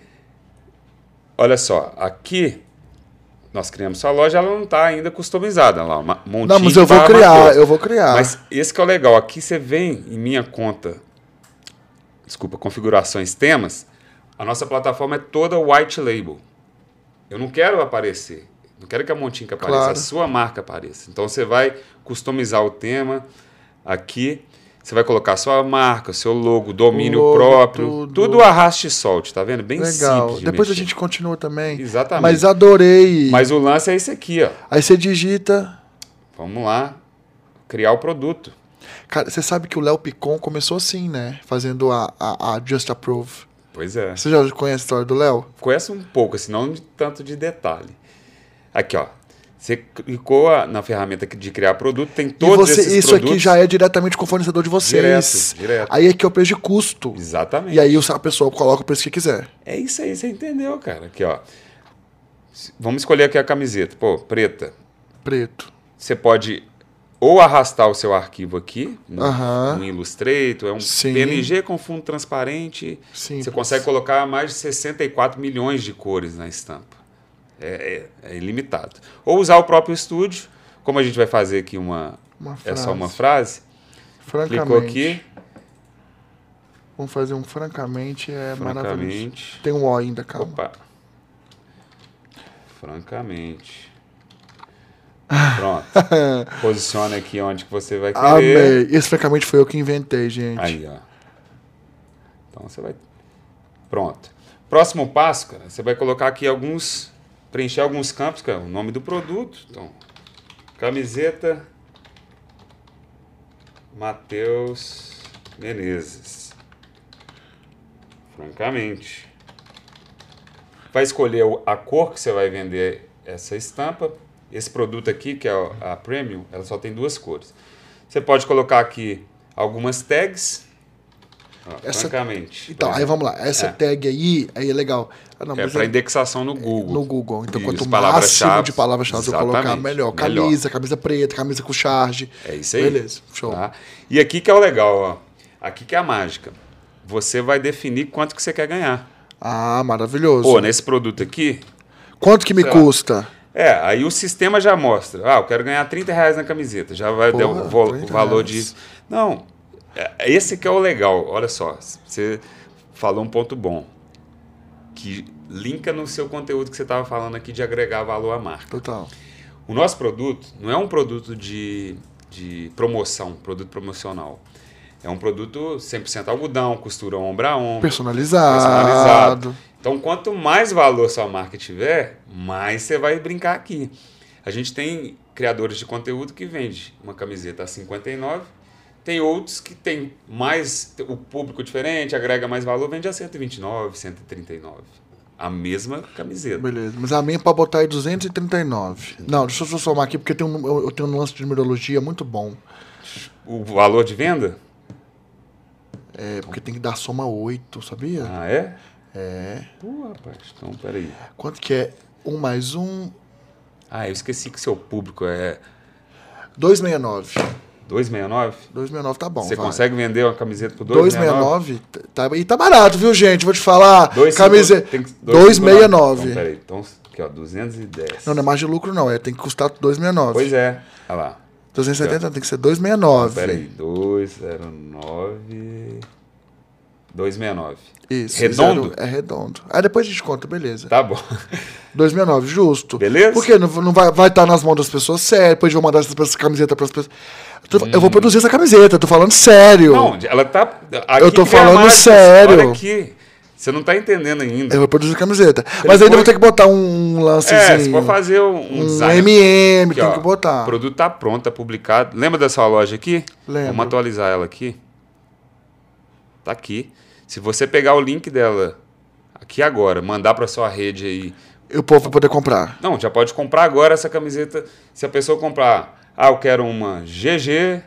olha só, aqui nós criamos sua loja, ela não está ainda customizada lá. Montinho, não, mas eu vou criar. Mas esse que é o legal. Aqui você vem em minha conta, configurações, temas, a nossa plataforma é toda white label. Eu não quero aparecer, não quero que a Montinho apareça, claro. A sua marca apareça. Então você vai customizar o tema aqui, você vai colocar a sua marca, seu logo, domínio próprio, tudo arraste e solte, tá vendo? Bem legal. simples de Depois mexer. A gente continua também. Exatamente. Mas adorei. Mas o lance é esse aqui, ó. Aí você digita. Vamos lá, criar o produto. Cara, você sabe que o Léo Picon começou assim, né? Fazendo a Just Approve. Pois é. Você já conhece a história do Léo? Conhece um pouco, assim, não de tanto de detalhe. Aqui, ó. Você clicou na ferramenta de criar produto, tem todos esses isso produtos. Aqui já é diretamente com o fornecedor de vocês. Direto. Aí aqui é o preço de custo. Exatamente. E aí a pessoa coloca o preço que quiser. É isso aí, você entendeu, cara. Aqui, ó. Vamos escolher aqui a camiseta. Pô, preta. Preto. Você pode ou arrastar o seu arquivo aqui, no Illustrator, é um PNG com fundo transparente. Simples. Você consegue colocar mais de 64 milhões de cores na estampa. É ilimitado. Ou usar o próprio estúdio, como a gente vai fazer aqui é só uma frase. Francamente. Clicou aqui. Vamos fazer um francamente, maravilhoso. Tem um O ainda, calma. Opa. Francamente. Pronto. Posiciona aqui onde que você vai querer. Amei. Esse francamente foi eu que inventei, gente. Aí, ó. Então você vai... Pronto. Próximo passo, cara, você vai colocar aqui preencher alguns campos, que é o nome do produto. Então, camiseta Matheus Menezes. Francamente. Vai escolher a cor que você vai vender essa estampa. Esse produto aqui, que é a Premium, ela só tem 2 cores. Você pode colocar aqui algumas tags. Francamente. Então, aí vamos lá. Essa tag aí é legal. Não, é para indexação no Google. No Google. Então, Isso, quanto máximo de palavras-chave eu colocar, melhor. Melhor. Camisa preta, camisa com charge. É isso aí. Beleza, show. Tá? E aqui que é o legal, ó. Aqui que é a mágica. Você vai definir quanto que você quer ganhar. Ah, maravilhoso. Pô, nesse produto aqui... Quanto que me custa? Aí o sistema já mostra. Eu quero ganhar R$30 na camiseta. Já vai dar o valor de... Não, esse que é o legal. Olha só, você falou um ponto bom. Que linka no seu conteúdo que você estava falando aqui de agregar valor à marca. Total. O nosso produto não é um produto de promoção, produto promocional. É um produto 100% algodão, costura ombro a ombro. Personalizado. Então, quanto mais valor sua marca tiver, mais você vai brincar aqui. A gente tem criadores de conteúdo que vende uma camiseta a R$59, tem outros que tem mais o público diferente, agrega mais valor, vende a R$129, R$139. A mesma camiseta. Beleza, mas a minha é para botar aí 239. Não, deixa eu só somar aqui, porque eu tenho um lance de numerologia muito bom. O valor de venda? É, porque tem que dar soma 8, sabia? Ah, é? É. Pô, rapaz, então peraí. Quanto que é 1 mais 1? Ah, eu esqueci que seu público é... 269. 269? 269 tá bom. Você vai. consegue vender uma camiseta por 269? 269? E tá barato, viu, gente? Vou te falar. Camiseta. 269. Então, peraí. Então, aqui, ó, 210. Não é margem de lucro, não. Tem que custar 269. Pois é. Olha lá. 270 tem que ser 269. Peraí. 209... 269. Isso. Redondo? É redondo. Aí depois a gente conta, beleza. Tá bom. 269, justo. Beleza? Porque não vai estar nas mãos das pessoas sério. Depois eu vou mandar essa camiseta para as pessoas. Eu vou produzir essa camiseta, tô falando sério. Não, ela tá... Aqui eu tô falando sério. Olha aqui. Você não tá entendendo ainda. Eu vou produzir a camiseta. Mas ainda vou ter que botar um lancezinho. Você pode fazer um design. MM, aqui, tem que botar. O produto tá pronto, tá publicado. Lembra da sua loja aqui? Lembro. Vamos atualizar ela aqui. Tá aqui. Se você pegar o link dela aqui agora, mandar para sua rede aí... O povo vai poder comprar. Não, já pode comprar agora essa camiseta. Se a pessoa comprar... eu quero uma GG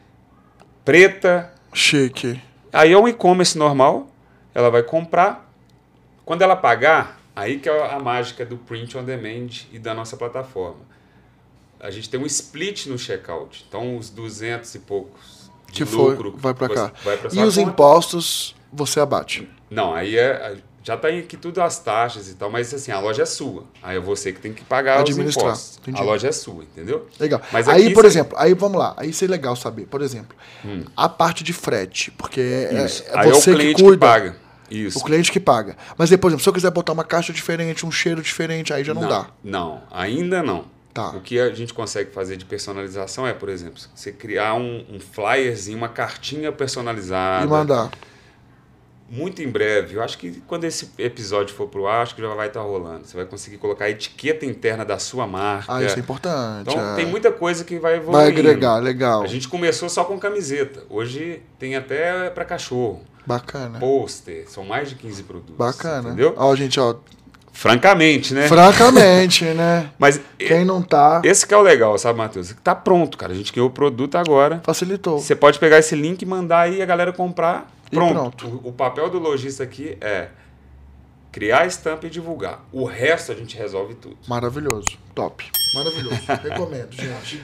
preta. Chique. Aí é um e-commerce normal. Ela vai comprar. Quando ela pagar, aí que é a mágica do print on demand e da nossa plataforma. A gente tem um split no checkout. Então, os 200 e poucos de lucro... vai para cá. Vai pra e os conta. impostos, você abate? Não, aí já tá aqui tudo as taxas e tal, mas assim, a loja é sua. Aí é você que tem que pagar os impostos. Entendi. A loja é sua, entendeu? Legal. Mas aí, aqui por exemplo, aí vamos lá. Aí isso é legal saber. Por exemplo, a parte de frete, porque é aí você é o cliente que cuida. que paga. Isso. O cliente que paga. Mas aí, por exemplo, se eu quiser botar uma caixa diferente, um cheiro diferente, aí já não dá. Não, ainda não. Tá. O que a gente consegue fazer de personalização é, por exemplo, você criar um flyerzinho, uma cartinha personalizada. E mandar. Muito em breve, eu acho que quando esse episódio for pro ar, acho que já vai estar rolando. Você vai conseguir colocar a etiqueta interna da sua marca. Isso é importante. Então tem muita coisa que vai evoluir. Vai agregar, legal. A gente começou só com camiseta. Hoje tem até para cachorro. Bacana. Pôster, são mais de 15 produtos. Bacana. Entendeu? Ó, gente, ó. Francamente, né? Francamente, né? Mas quem não tá... Esse que é o legal, sabe, Matheus? Tá pronto, cara. A gente criou o produto agora. Facilitou. Você pode pegar esse link e mandar aí a galera comprar. Pronto. O papel do lojista aqui é criar a estampa e divulgar. O resto a gente resolve tudo. Maravilhoso. Top. Maravilhoso. Recomendo, gente.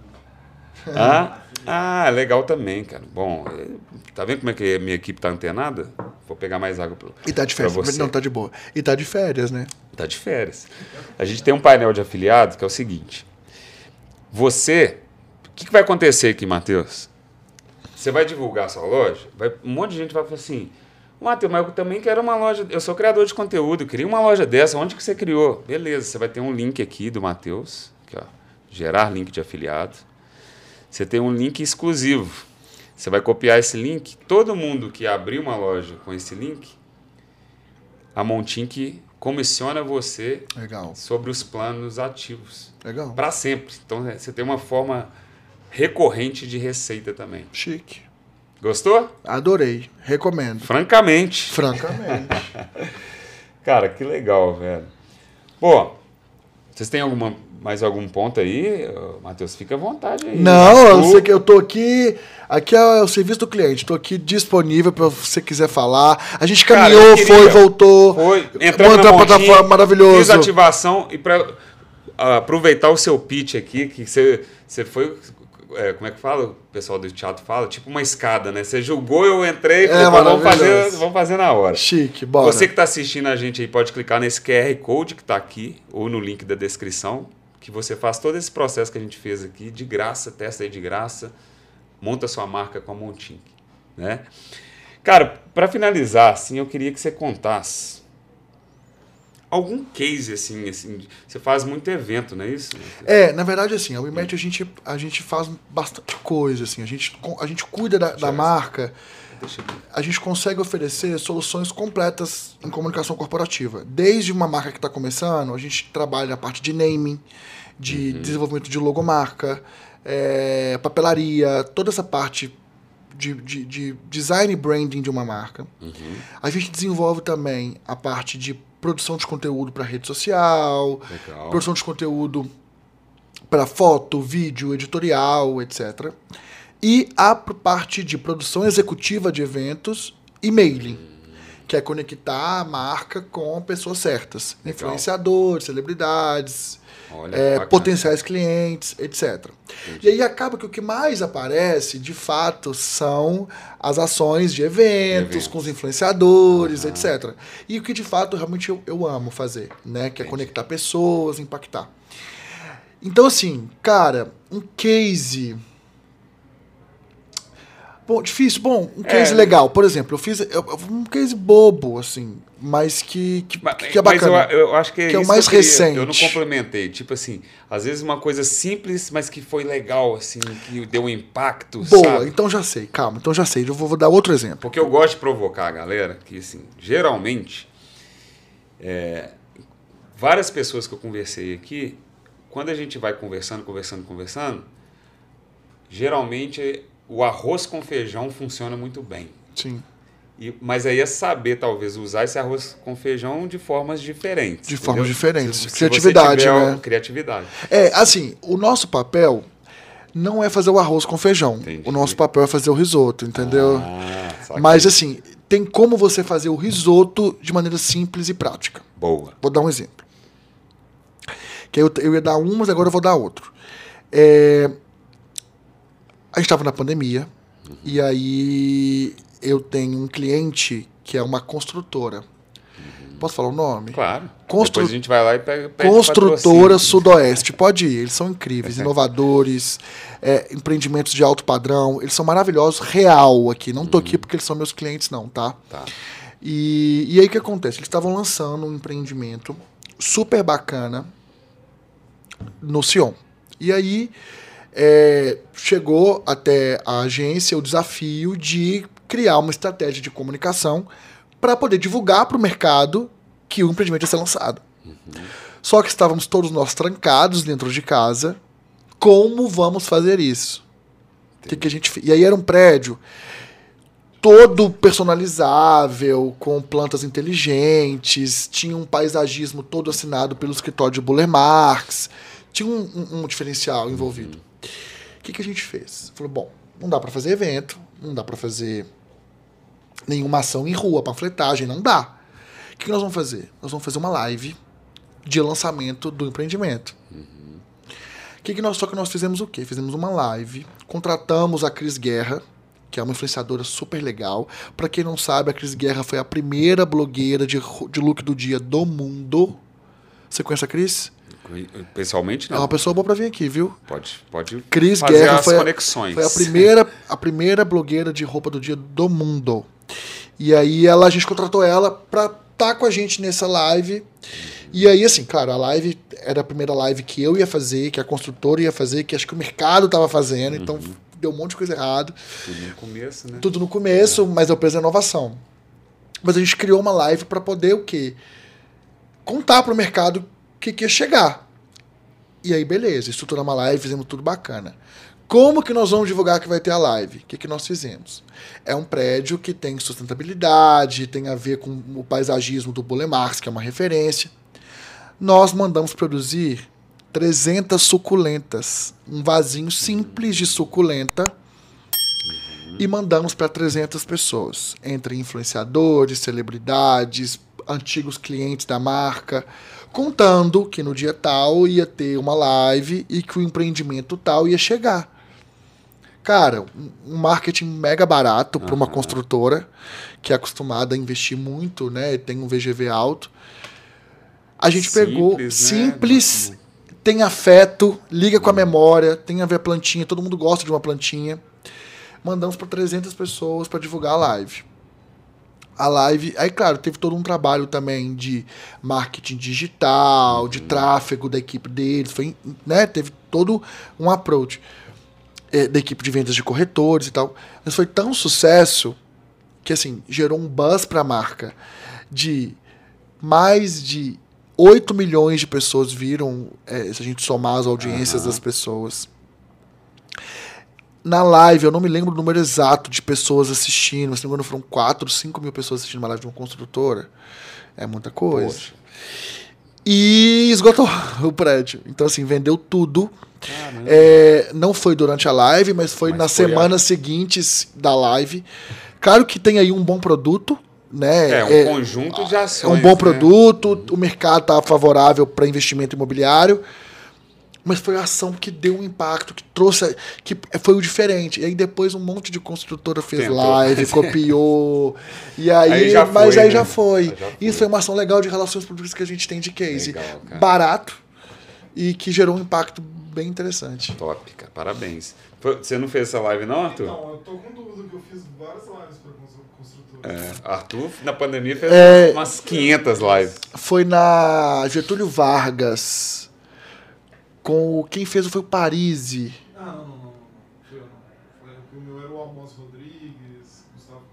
Legal também, cara. Bom, tá vendo como é que a minha equipe tá antenada? Vou pegar mais água E tá de férias. Não, tá de boa. E tá de férias, né? Tá de férias. A gente tem um painel de afiliados que é o seguinte. Você... O que vai acontecer aqui, Matheus? Você vai divulgar a sua loja, um monte de gente vai falar assim, Matheus, mas eu também quero uma loja, eu sou criador de conteúdo, eu queria uma loja dessa, onde que você criou? Beleza, você vai ter um link aqui do Matheus, aqui, ó, gerar link de afiliado. Você tem um link exclusivo. Você vai copiar esse link. Todo mundo que abrir uma loja com esse link, a Montink comissiona você sobre os planos ativos. Legal. Para sempre. Então, você tem uma forma recorrente de receita também. Chique. Gostou? Adorei. Recomendo. Francamente. Cara, que legal, velho. Pô, vocês têm mais algum ponto aí? Matheus, fica à vontade aí. Não, eu sei que eu tô aqui. Aqui é o serviço do cliente. Tô aqui disponível para você quiser falar. A gente caminhou, foi, voltou. Foi, entrou na plataforma, maravilhoso. Fiz ativação e para aproveitar o seu pitch aqui, que você foi... como é que fala? O pessoal do teatro fala, tipo uma escada, né? Você julgou, eu entrei, vamos fazer na hora. Chique, bora. Você que está assistindo a gente aí pode clicar nesse QR Code que está aqui, ou no link da descrição, que você faz todo esse processo que a gente fez aqui, de graça, testa aí de graça, monta sua marca com a Montink, né? Cara, para finalizar, assim, eu queria que você contasse algum case, assim, você faz muito evento, não é isso? Na verdade, assim, a WeMatch a gente faz bastante coisa, assim, a gente cuida da marca, a gente consegue oferecer soluções completas em comunicação corporativa. Desde uma marca que está começando, a gente trabalha na parte de naming, de desenvolvimento de logomarca, papelaria, toda essa parte de design e branding de uma marca. A gente desenvolve também a parte de produção de conteúdo para rede social, produção de conteúdo para foto, vídeo, editorial, etc. E a parte de produção executiva de eventos e mailing, que é conectar a marca com pessoas certas. Influenciadores, celebridades, potenciais clientes, etc. E aí acaba que o que mais aparece, de fato, são as ações de eventos com os influenciadores, etc. E o que, de fato, realmente eu amo fazer, né? Que é conectar pessoas, impactar. Então, assim, cara, um case... Bom, difícil. Bom, um case legal. Por exemplo, eu fiz um case bobo, assim, mas que é bacana. Mas eu acho que é o mais recente. Eu não complementei. Tipo assim, às vezes uma coisa simples, mas que foi legal, assim, que deu um impacto, Boa, sabe? então já sei. Calma, então já sei. Eu vou dar outro exemplo. Porque eu gosto de provocar a galera, que assim, geralmente, várias pessoas que eu conversei aqui, quando a gente vai conversando, geralmente... O arroz com feijão funciona muito bem. Sim. Mas aí é saber, talvez, usar esse arroz com feijão de formas diferentes. De formas diferentes. Se criatividade, né? Criatividade. Assim, o nosso papel não é fazer o arroz com feijão. Entendi. O nosso papel é fazer o risoto, entendeu? Mas, assim, tem como você fazer o risoto de maneira simples e prática. Boa. Vou dar um exemplo. Que eu ia dar um, mas agora eu vou dar outro. A gente estava na pandemia, e aí eu tenho um cliente que é uma construtora. Posso falar o nome? Claro. Depois a gente vai lá e pega Construtora Sudoeste. Pode ir, eles são incríveis, inovadores, empreendimentos de alto padrão, eles são maravilhosos, real aqui. Não tô aqui porque eles são meus clientes, não, tá? E aí o que acontece? Eles estavam lançando um empreendimento super bacana no Sion. E aí... chegou até a agência o desafio de criar uma estratégia de comunicação para poder divulgar para o mercado que o empreendimento ia ser lançado. Só que estávamos todos nós trancados dentro de casa. Como vamos fazer isso? Que a gente fez? E aí era um prédio todo personalizável, com plantas inteligentes, tinha um paisagismo todo assinado pelo escritório de Buller Marx, tinha um diferencial envolvido. O que a gente fez? Falou, bom, não dá para fazer evento, não dá para fazer nenhuma ação em rua, panfletagem, não dá. O que nós vamos fazer? Nós vamos fazer uma live de lançamento do empreendimento. Só que nós fizemos o quê? Fizemos uma live, contratamos a Cris Guerra, que é uma influenciadora super legal. Para quem não sabe, a Cris Guerra foi a primeira blogueira de look do dia do mundo. Você conhece a Cris? Pessoalmente, não. É uma pessoa boa pra vir aqui, viu? Pode Cris fazer Guerra as conexões. Foi a primeira blogueira de roupa do dia do mundo. E aí a gente contratou ela pra estar com a gente nessa live. E aí, assim, claro, a live era a primeira live que eu ia fazer, que a construtora ia fazer, que acho que o mercado tava fazendo. Então, deu um monte de coisa errada. Tudo no começo, né? Tudo no começo, mas eu prezo a inovação. Mas a gente criou uma live para poder o quê? Contar para o mercado o que ia chegar. E aí, beleza, estruturamos uma live, fizemos tudo bacana. Como que nós vamos divulgar que vai ter a live? O que nós fizemos? É um prédio que tem sustentabilidade, tem a ver com o paisagismo do Burle Marx, que é uma referência. Nós mandamos produzir 300 suculentas. Um vasinho simples de suculenta. E mandamos para 300 pessoas. Entre influenciadores, celebridades, antigos clientes da marca. Contando que no dia tal ia ter uma live e que o empreendimento tal ia chegar. Cara, um marketing mega barato para uma construtora que é acostumada a investir muito, né? Tem um VGV alto. A gente pegou simples, né? Tem afeto, liga com a memória, tem a ver a plantinha, todo mundo gosta de uma plantinha. Mandamos para 300 pessoas para divulgar a live. A live, aí claro, teve todo um trabalho também de marketing digital, de tráfego da equipe deles, foi, né? Teve todo um approach da equipe de vendas de corretores e tal. Mas foi tão sucesso que, assim, gerou um buzz para a marca de mais de 8 milhões de pessoas viram, se a gente somar as audiências das pessoas. Na live, eu não me lembro o número exato de pessoas assistindo, mas se não me engano foram 4, 5 mil pessoas assistindo uma live de uma construtora. É muita coisa. Poxa. E esgotou o prédio. Então, assim, vendeu tudo. Não foi durante a live, mas foi nas semanas seguintes da live. Claro que tem aí um bom produto, né? Um conjunto de ações. É um bom produto, o mercado está favorável para investimento imobiliário. Mas foi a ação que deu um impacto, que trouxe, que foi o diferente. E aí depois um monte de construtora fez live, copiou. E aí já foi. Isso foi uma ação legal de relações públicas que a gente tem de case. Legal, barato e que gerou um impacto bem interessante. Top, cara. Parabéns. Você não fez essa live não, Arthur? Não, eu tô com dúvida que eu fiz várias lives para construtora. Arthur, na pandemia, fez umas 500 lives. Foi na Getúlio Vargas. Quem fez foi o Parisi. Não. Foi eu não. O meu era o Almoço Rodrigues,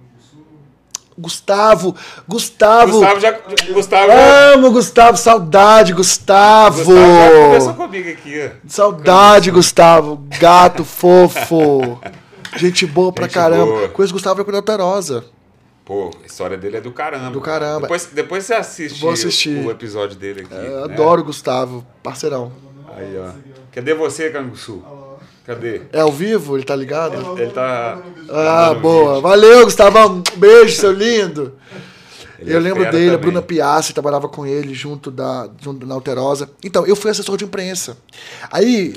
Gustavo Canguçu. Gustavo. Amo Gustavo, saudade, Gustavo. Gustavo já conversou comigo aqui. Saudade, Gustavo. Gato fofo. Gente boa pra caramba. Conheço o Gustavo com a Alterosa. Pô, a história dele é do caramba. Do caramba. Depois você assiste o episódio dele aqui. Né? Adoro o Gustavo, parceirão. Aí, ó. Cadê você, Canguçu? Cadê? É ao vivo? Ele tá ligado? Ele tá... boa. Vídeo. Valeu, Gustavão. Um beijo, seu lindo. Eu lembro dele, também. A Bruna Piassi trabalhava com ele junto na Alterosa. Então, eu fui assessor de imprensa. Aí,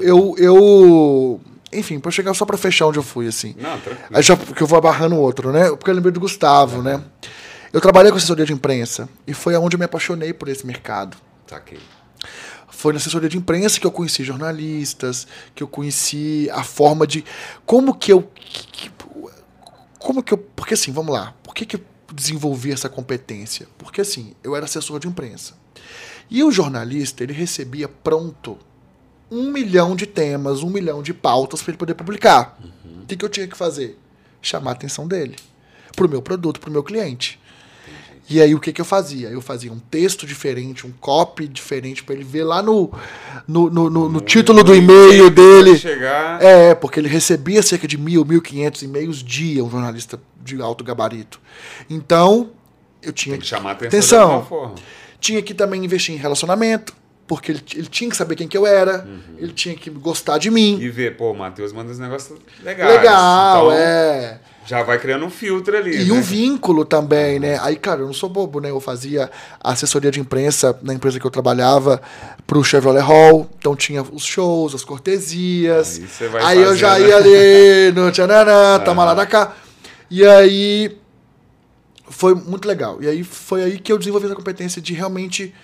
enfim, pra chegar só pra fechar onde eu fui, assim. Não, tranquilo. Aí já, porque eu vou abarrando o outro, né? Porque eu lembrei do Gustavo, né? Eu trabalhei com assessoria de imprensa e foi onde eu me apaixonei por esse mercado. Saquei. Foi na assessoria de imprensa que eu conheci jornalistas, que eu conheci a forma de... Porque assim, vamos lá. Por que eu desenvolvi essa competência? Porque assim, eu era assessor de imprensa. E o jornalista, ele recebia pronto 1 milhão de temas, 1 milhão de pautas para ele poder publicar. O que eu tinha que fazer? Chamar a atenção dele. Pro meu produto, pro meu cliente. E aí, o que eu fazia? Eu fazia um texto diferente, um copy diferente, para ele ver lá no título do e-mail dele. Porque ele recebia cerca de 1.500 e-mails dia, um jornalista de alto gabarito. Então, eu tinha que chamar a atenção de alguma forma. Tinha que também investir em relacionamento, porque ele tinha que saber quem que eu era, ele tinha que gostar de mim. E ver, o Matheus manda uns negócios legais. Legal, então, já vai criando um filtro ali. E um vínculo também, né? Aí, cara, eu não sou bobo, né? Eu fazia assessoria de imprensa na empresa que eu trabalhava pro Chevrolet Hall. Então tinha os shows, as cortesias. Aí eu já ia ali no tchananã, toma lá da cá. E aí foi muito legal. E aí foi aí que eu desenvolvi essa competência de realmente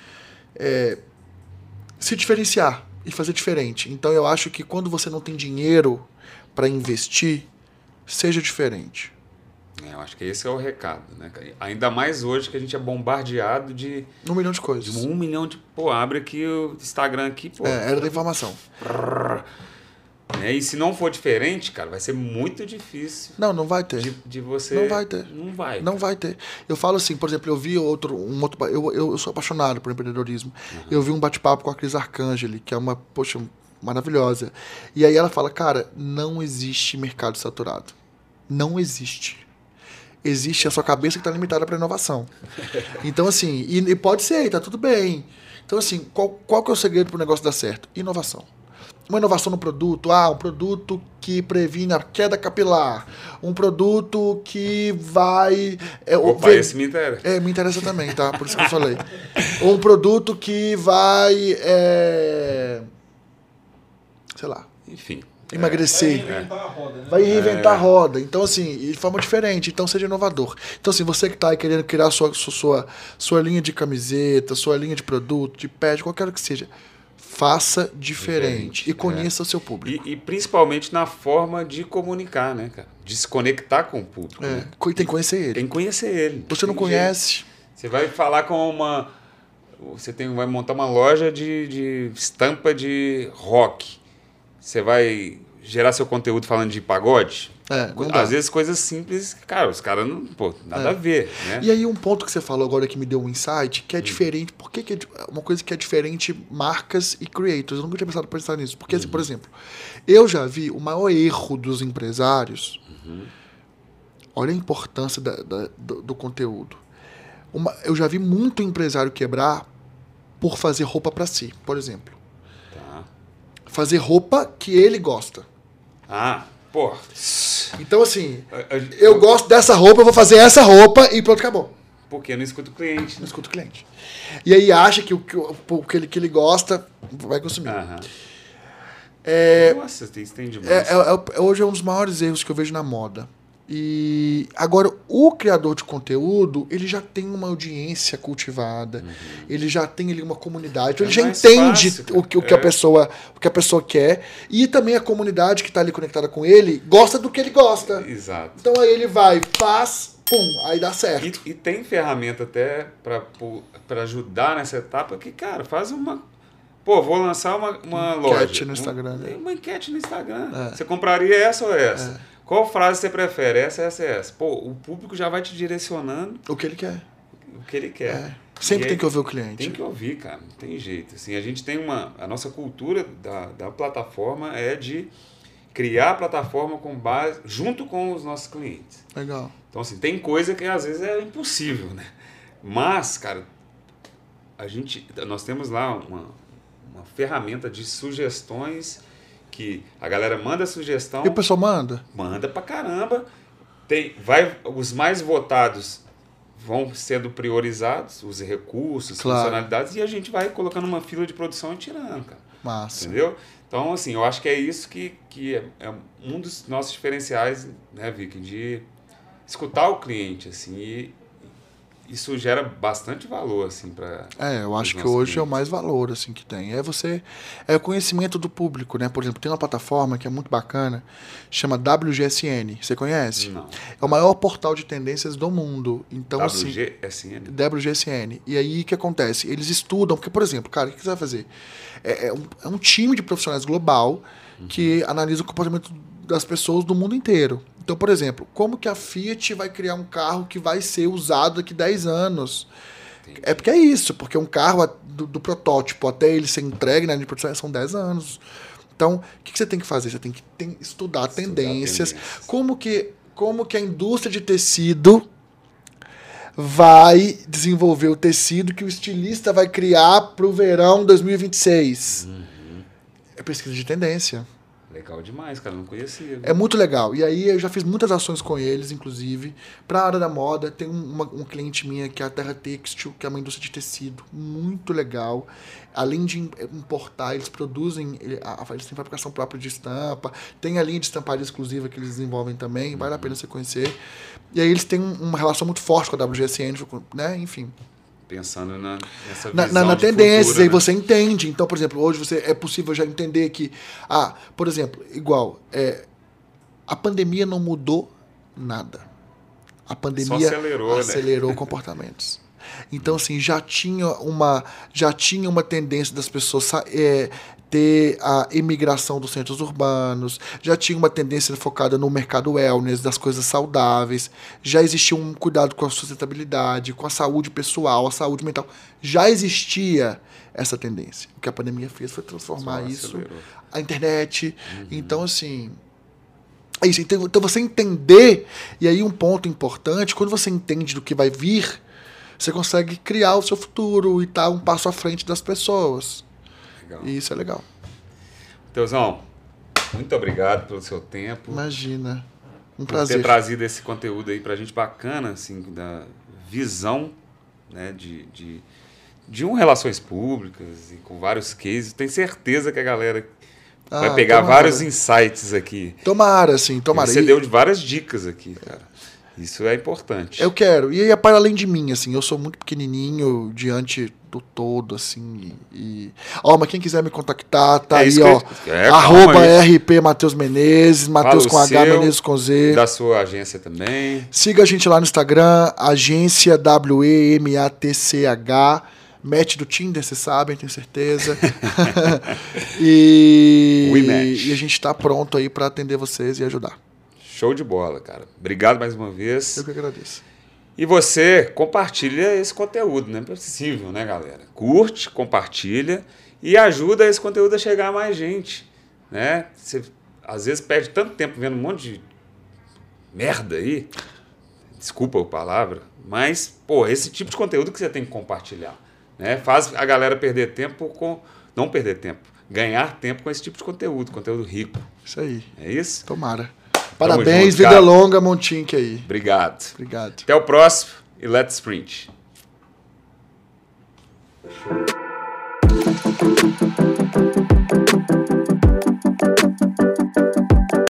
se diferenciar e fazer diferente. Então eu acho que quando você não tem dinheiro para investir, seja diferente. Eu acho que esse é o recado, né? Ainda mais hoje que a gente é bombardeado de... 1 milhão de coisas. 1 milhão de... abre aqui o Instagram aqui, era da informação. Né? E se não for diferente, cara, vai ser muito difícil Não vai ter. de você... Não vai ter. Não vai. Não vai ter. Eu falo assim, por exemplo, eu vi eu sou apaixonado por empreendedorismo. Eu vi um bate-papo com a Cris Arcangeli, que é uma, poxa, maravilhosa. E aí ela fala, cara, não existe mercado saturado. Não existe. Existe a sua cabeça que está limitada para inovação. Então, assim, e pode ser, tá tudo bem. Então, assim, qual que é o segredo para o negócio dar certo? Inovação. Uma inovação no produto, um produto que previne a queda capilar, um produto que vai... esse me interessa. Me interessa também, tá? Por isso que eu falei. Um produto que vai, sei lá, enfim, emagrecer. Vai reinventar a roda, né? Vai reinventar a roda. Então, assim, de forma diferente. Então, seja inovador. Então, assim, você que está aí querendo criar sua linha de camiseta, sua linha de produto, de pet, qualquer que seja, faça diferente. E conheça o seu público. E principalmente na forma de comunicar, né, cara? De se conectar com o público. Né? Tem que conhecer ele. Tem que conhecer ele. Você não conhece... Você vai falar com uma... vai montar uma loja de estampa de rock. Você vai gerar seu conteúdo falando de pagode? Às vezes coisas simples, cara, os caras não... Pô, nada a ver, né? E aí um ponto que você falou agora que me deu um insight, que é diferente... Por que uma coisa que é diferente marcas e creators? Eu nunca tinha pensado em pensar nisso. Porque, assim, por exemplo, eu já vi o maior erro dos empresários... Olha a importância do conteúdo. Eu já vi muito empresário quebrar por fazer roupa para si, por exemplo. Tá. Fazer roupa que ele gosta. Pô. Então, assim, eu gosto dessa roupa, eu vou fazer essa roupa e pronto, acabou. Porque eu não escuto o cliente. Não escuto o cliente. E aí acha que o que ele gosta vai consumir. Nossa, isso tem demais. Hoje é um dos maiores erros que eu vejo na moda. E agora, o criador de conteúdo, ele já tem uma audiência cultivada, ele já tem ali uma comunidade, então ele já entende fácil, o que a pessoa quer, e também a comunidade que está ali conectada com ele gosta do que ele gosta. Exato. Então aí ele vai, faz, pum, aí dá certo. E tem ferramenta até para ajudar nessa etapa que, cara, faz uma... Pô, vou lançar uma loja. Enquete no Instagram. Uma enquete no Instagram. Você compraria essa ou essa? Qual frase você prefere? Essa. Pô, o público já vai te direcionando. O que ele quer. O que ele quer. Sempre tem que ouvir o cliente. Tem que ouvir, cara. Não tem jeito. Assim, a gente tem a nossa cultura da plataforma é de criar a plataforma com base junto com os nossos clientes. Legal. Então, assim, tem coisa que às vezes é impossível, né? Mas, cara, nós temos lá uma ferramenta de sugestões que a galera manda sugestão. E o pessoal manda? Manda pra caramba. Os mais votados vão sendo priorizados, os recursos, funcionalidades, e a gente vai colocando uma fila de produção e tirando, cara. Massa. Entendeu? Então, assim, eu acho que é isso que é um dos nossos diferenciais, né, Vicky, de escutar o cliente, assim, e isso gera bastante valor, assim, para... eu acho que hoje é o mais valor, assim, que tem. É o conhecimento do público, né? Por exemplo, tem uma plataforma que é muito bacana, chama WGSN. Você conhece? Não. É o maior portal de tendências do mundo. Então, WGSN? WGSN. E aí, o que acontece? Eles estudam, porque, por exemplo, cara, o que você vai fazer? É um time de profissionais global que analisa o comportamento das pessoas do mundo inteiro. Então, por exemplo, como que a Fiat vai criar um carro que vai ser usado daqui 10 anos? Entendi. É porque é isso, porque um carro do protótipo até ele ser entregue na linha de produção são 10 anos. Então, o que você tem que fazer? Você tem que estudar tendências. Como que a indústria de tecido vai desenvolver o tecido que o estilista vai criar para o verão 2026. É pesquisa de tendência. Legal demais, cara, não conhecia. É muito legal. E aí eu já fiz muitas ações com eles, inclusive. Para a área da moda, tem um cliente minha que é a Terra Têxtil, que é uma indústria de tecido muito legal. Além de importar, eles produzem, eles têm fabricação própria de estampa, tem a linha de estamparia exclusiva que eles desenvolvem também, vale a pena você conhecer. E aí eles têm uma relação muito forte com a WGSN, né? Enfim. Pensando nessa visão na tendência, futuro, aí né? você entende. Então, por exemplo, hoje é possível já entender que, por exemplo, a pandemia não mudou nada. A pandemia só acelerou comportamentos. Então, assim, já tinha uma tendência das pessoas ter a imigração dos centros urbanos, já tinha uma tendência focada no mercado wellness, das coisas saudáveis, já existia um cuidado com a sustentabilidade, com a saúde pessoal, a saúde mental. Já existia essa tendência. O que a pandemia fez foi transformar isso, a internet. Então, assim... É isso. Então, você entender, e aí um ponto importante, quando você entende do que vai vir, você consegue criar o seu futuro e estar um passo à frente das pessoas. Legal. E isso é legal. Teuzão, muito obrigado pelo seu tempo. Imagina. Um por prazer. ter trazido esse conteúdo aí pra gente bacana, assim, da visão, né, de relações públicas e com vários cases. Tenho certeza que a galera vai pegar vários insights aqui. Tomara, sim, tomara. Você deu várias dicas aqui, cara. Isso é importante. Eu quero. E é para além de mim, assim, eu sou muito pequenininho diante do todo, assim. Mas quem quiser me contactar, tá aí, ó. Arroba RP Matheus Menezes, Matheus com H, Menezes com Z. Da sua agência também. Siga a gente lá no Instagram, agência WEMATCH. Match do Tinder, vocês sabem, tenho certeza. E a gente tá pronto aí para atender vocês e ajudar. Show de bola, cara. Obrigado mais uma vez. Eu que agradeço. E você compartilha esse conteúdo, não é possível, né, galera? Curte, compartilha e ajuda esse conteúdo a chegar a mais gente, né? Você às vezes perde tanto tempo vendo um monte de merda aí, desculpa a palavra, mas, pô, esse tipo de conteúdo que você tem que compartilhar, né? Faz a galera perder tempo não perder tempo, ganhar tempo com esse tipo de conteúdo rico. Isso aí. É isso? Tomara. Parabéns, junto, vida longa, Montink aí. Obrigado. Obrigado. Até o próximo e let's sprint. Show.